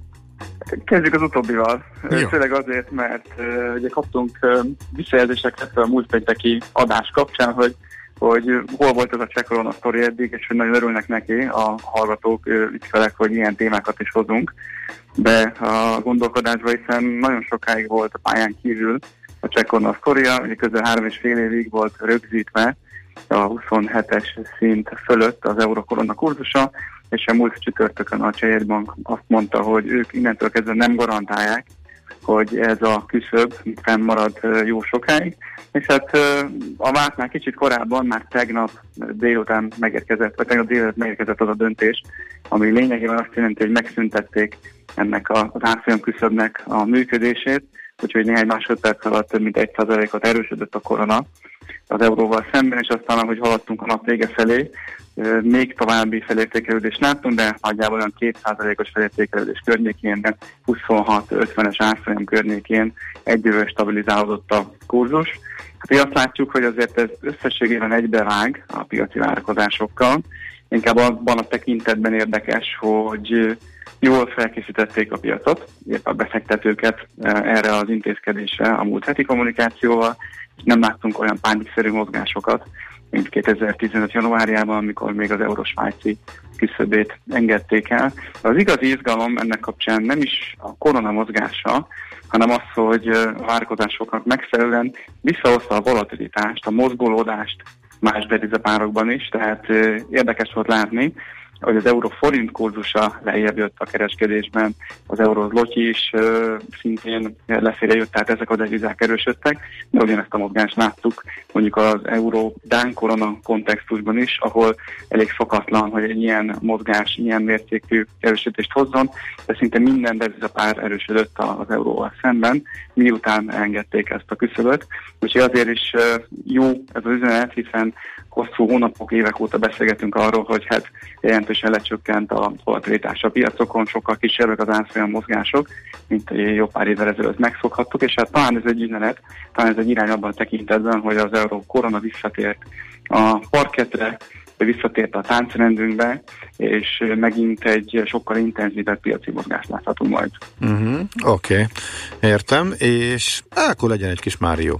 Kezdjük az utóbbival. Jó. Főleg azért, mert uh, ugye kaptunk uh, visszajelzéseket a múlt pénteki adás kapcsán, hogy, hogy hol volt ez a Cseh Korona sztori eddig, és hogy nagyon örülnek neki a hallgatók, uh, ügyfelek, hogy ilyen témákat is hozunk be a gondolkodásba, hiszen nagyon sokáig volt a pályán kívül a Cseh Korona sztoria, ugye közel három és fél évig volt rögzítve a huszonhetes szint fölött az euró-korona kurzusa, és a múlt csütörtökön a Cseh Bank azt mondta, hogy ők innentől kezdve nem garantálják, hogy ez a küszöb fennmarad jó sokáig, és hát a vártnál kicsit korábban, már tegnap délután megérkezett, vagy tegnap délután megérkezett az a döntés, ami lényegében azt jelenti, hogy megszüntették ennek az árfolyam küszöbnek a működését, úgyhogy néhány másodperc alatt több mint egy százalékot erősödött a korona az euróval szemben, és aztán, ahogy haladtunk a nap vége felé, még további felértékelődést láttunk, de nagyjából olyan két százalékos felértékelődés környékén, huszonhat ötvenes árfolyam környékén egyőre stabilizálódott a kurzus. Hát így azt látjuk, hogy azért ez összességében egybevág a piaci várakozásokkal. Inkább abban a tekintetben érdekes, hogy jól felkészítették a piacot, illetve a befektetőket erre az intézkedésre a múlt heti kommunikációval, és nem láttunk olyan pánikszerű mozgásokat, mint kétezer-tizenöt januárjában, amikor még az euró-svájci küszöbét engedték el. De az igazi izgalom ennek kapcsán nem is a korona mozgása, hanem az, hogy a várakozásoknak megfelelően visszahozta a volatilitást, a mozgolódást más devizapárokban is, tehát érdekes volt látni, hogy az euró-forint kurzusa lejjebb jött a kereskedésben, az euró-zloty is uh, szintén lefére jött, tehát ezek a devizák erősödtek, de ugyanezt a mozgást láttuk mondjuk az euró-dán korona kontextusban is, ahol elég szokatlan, hogy egy ilyen mozgás, ilyen mértékű erősödést hozzon, de szinte minden devizapár erősödött az euróval szemben, miután engedték ezt a küszöböt. Úgyhogy azért is uh, jó ez az üzenet, hiszen hosszú hónapok, évek óta beszélgetünk arról, hogy hát jelentősen lecsökkent a volatilitás a piacokon, sokkal kisebbek az árfolyam mozgások, mint jó pár évvel ezelőtt megszokhattuk, és hát talán ez egy üzenet, talán ez egy irány abban a tekintetben, hogy az euró korona visszatért a parkettre, visszatért a táncrendünkbe, és megint egy sokkal intenzívebb piaci mozgást láthatunk majd. Uh-huh, Oké, okay. Értem, és akkor legyen egy kis Mário.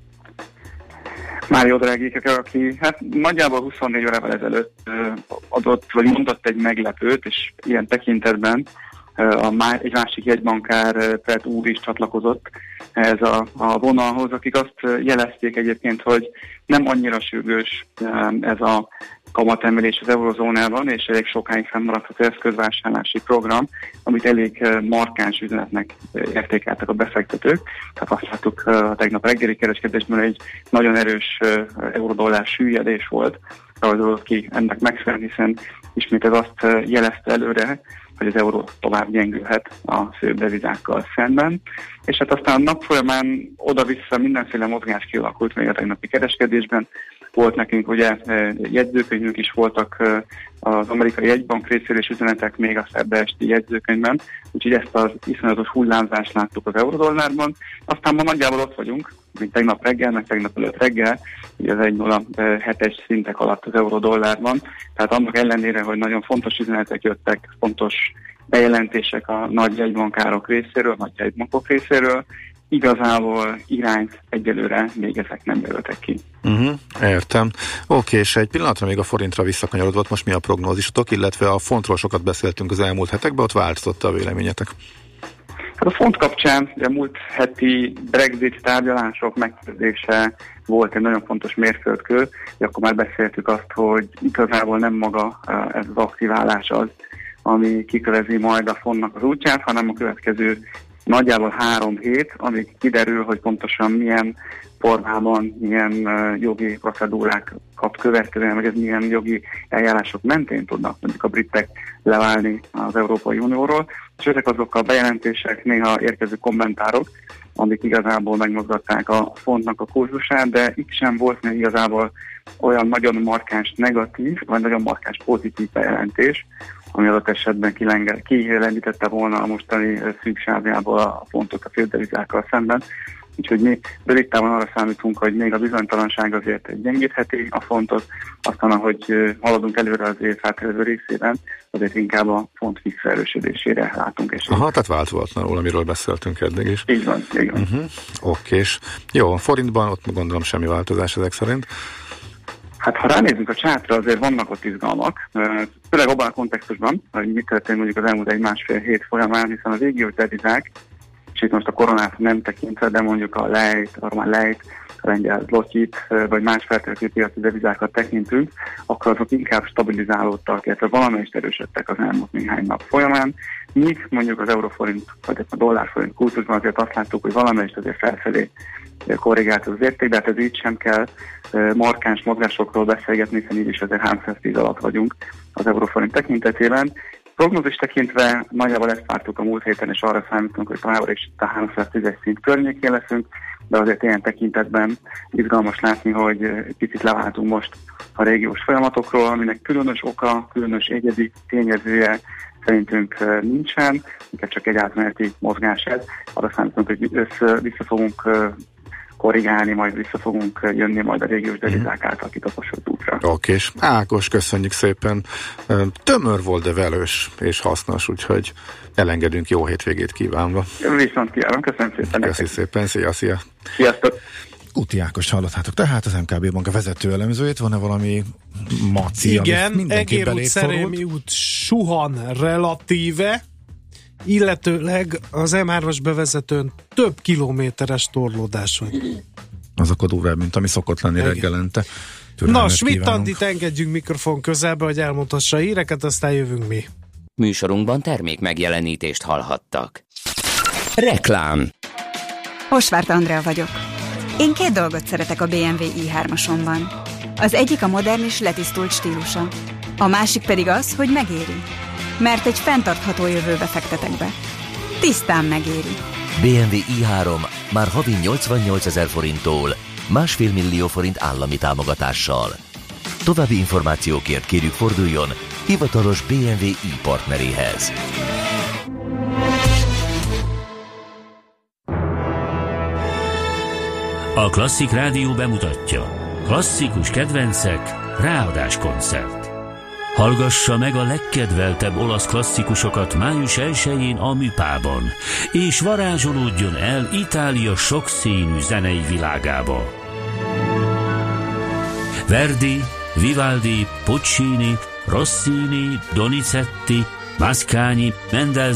Mário Draghi, aki hát nagyjából huszonnégy órával ezelőtt adott, vagy mondott egy meglepőt, és ilyen tekintetben a má, egy másik jegybankár, Pret úr is csatlakozott ez a, a vonalhoz, akik azt jelezték egyébként, hogy nem annyira sürgős ez a kamatemelés az eurozónában, és elég sokáig fennmaradhat az eszközvásárlási program, amit elég markáns üzenetnek értékeltek a befektetők. Tehát azt láttuk a tegnap reggeli kereskedésben, egy nagyon erős eurodollár süllyedés volt, rajzolódott ki ennek megfelelően, hiszen ismét ez azt jelezte előre, hogy az euró tovább gyengülhet a fő devizákkal szemben. És hát aztán a nap folyamán oda-vissza mindenféle mozgás kialakult még a tegnapi kereskedésben. Volt nekünk ugye jegyzőkönyvünk is, voltak az amerikai jegybank részéről és üzenetek még a szerda esti jegyzőkönyvben, úgyhogy ezt az iszonyatos hullámzást láttuk az eurodollárban. Aztán ma nagyjából ott vagyunk, mint tegnap reggel, meg tegnap előtt reggel, ugye az egy nulla hetes szintek alatt az eurodollárban. Tehát annak ellenére, hogy nagyon fontos üzenetek jöttek, fontos bejelentések a nagy jegybankárok részéről, a nagy jegybankok részéről, igazából irányt egyelőre még ezek nem jelöltek ki. Uh-huh, értem. Oké, és egy pillanatra még a forintra visszakanyarodva, most mi a prognózisotok, illetve a fontról sokat beszéltünk az elmúlt hetekben, ott változott a véleményetek? Hát a font kapcsán a múlt heti Brexit tárgyalások megkezdése volt egy nagyon fontos mérföldkő, hogy akkor már beszéltük azt, hogy igazából nem maga ez az aktiválás az, ami kikövezi majd a fontnak az útját, hanem a következő nagyjából három hét, amíg kiderül, hogy pontosan milyen formában, milyen uh, jogi procedúrákat következően, vagy ez milyen jogi eljárások mentén tudnak mondjuk a britek leválni az Európai Unióról. És ezek azok a bejelentések, néha érkező kommentárok, amik igazából megmozgatták a fontnak a kurzusát, de itt sem volt még igazából olyan nagyon markáns negatív, vagy nagyon markáns pozitív bejelentés, ami adott esetben kilendítette volna a mostani szűksávjából a fontot a féldevizákkal szemben. Úgyhogy mi rövid távon arra számítunk, hogy még a bizonytalanság azért gyengítheti a fontot, aztán ahogy haladunk előre az év hátralévő részében, azért inkább a font visszaerősödésére látunk esélyt. Aha, tehát változatlanul, amiről beszéltünk eddig is. Így van, így van. Uh-huh. Oké, és jó, a forintban ott gondolom semmi változás ezek szerint. Hát ha ránézzünk a csátra, azért vannak ott izgalmak, főleg abban a kontextusban, hogy mit történt mondjuk az elmúlt egy másfél hét folyamán, hiszen az égiós devizák, és itt most a koronát nem tekintve, de mondjuk a lejt, a román lejt, a lengyel zlotyit, vagy más feltétlenül piaci devizákat tekintünk, akkor azok inkább stabilizálódtak, illetve valamelyest erősödtek az elmúlt néhány nap folyamán, míg mondjuk az euróforint, vagy a dollárforint kurzusban azért azt láttuk, hogy valamelyest azért felfelé korrigált az érték, de hát ez így sem kell markáns mozgásokról beszélgetni, hiszen így is azért háromszáztíz alatt vagyunk az euróforint tekintetében. Prognózis tekintve nagyjából ezt vártuk a múlt héten, és arra számítunk, hogy továbbra is a háromszáztízes szint környékén leszünk, de azért ilyen tekintetben izgalmas látni, hogy picit leváltunk most a régiós folyamatokról, aminek különös oka, különös egyedi tényezője szerintünk nincsen, inkább csak egy átmeneti mozgás ez. Arra számítunk, hogy össze, vissza fogunk korrigálni, majd vissza fogunk jönni majd a régiós devizák által kitaposott útra. Oké, és Ákos, köszönjük szépen. Tömör volt, de velős és hasznos, úgyhogy elengedünk, jó hétvégét kívánva. Viszont kívánom, köszönöm szépen. Köszi szépen, szia, szia. Sziasztok. Úti Ákost hallottátok, tehát az em ká bé Bank a vezető elemzőjét, van-e valami maci, igen, Egér út, Szerémi út suhan relatíve, illetőleg az em hármas bevezetőn több kilométeres torlódás van. Az akkor durvább, mint ami szokott lenni igen. reggelente. Na, Schmidt-Andit engedjünk mikrofon közelbe, hogy elmondhassa a híreket, aztán jövünk mi. Műsorunkban termék megjelenítést hallhattak. Reklám. Osvárt Andrea vagyok. Én két dolgot szeretek a bé em vé i hármasomban. Az egyik a modern és letisztult stílusa. A másik pedig az, hogy megéri. Mert egy fenntartható jövőbe fektetek be. Tisztán megéri. bé em vé i három már havi nyolcvannyolcezer forinttól, másfél millió forint állami támogatással. További információkért kérjük forduljon hivatalos bé em vé i partneréhez. A Klasszik Rádió bemutatja. Klasszikus kedvencek, ráadás koncert. Hallgassa meg a legkedveltebb olasz klasszikusokat május elsején a Műpában, és varázsolódjon el Itália sokszínű zenei világába. Verdi, Vivaldi, Puccini, Rossini, Donizetti, Mascagni, Mendelssohn,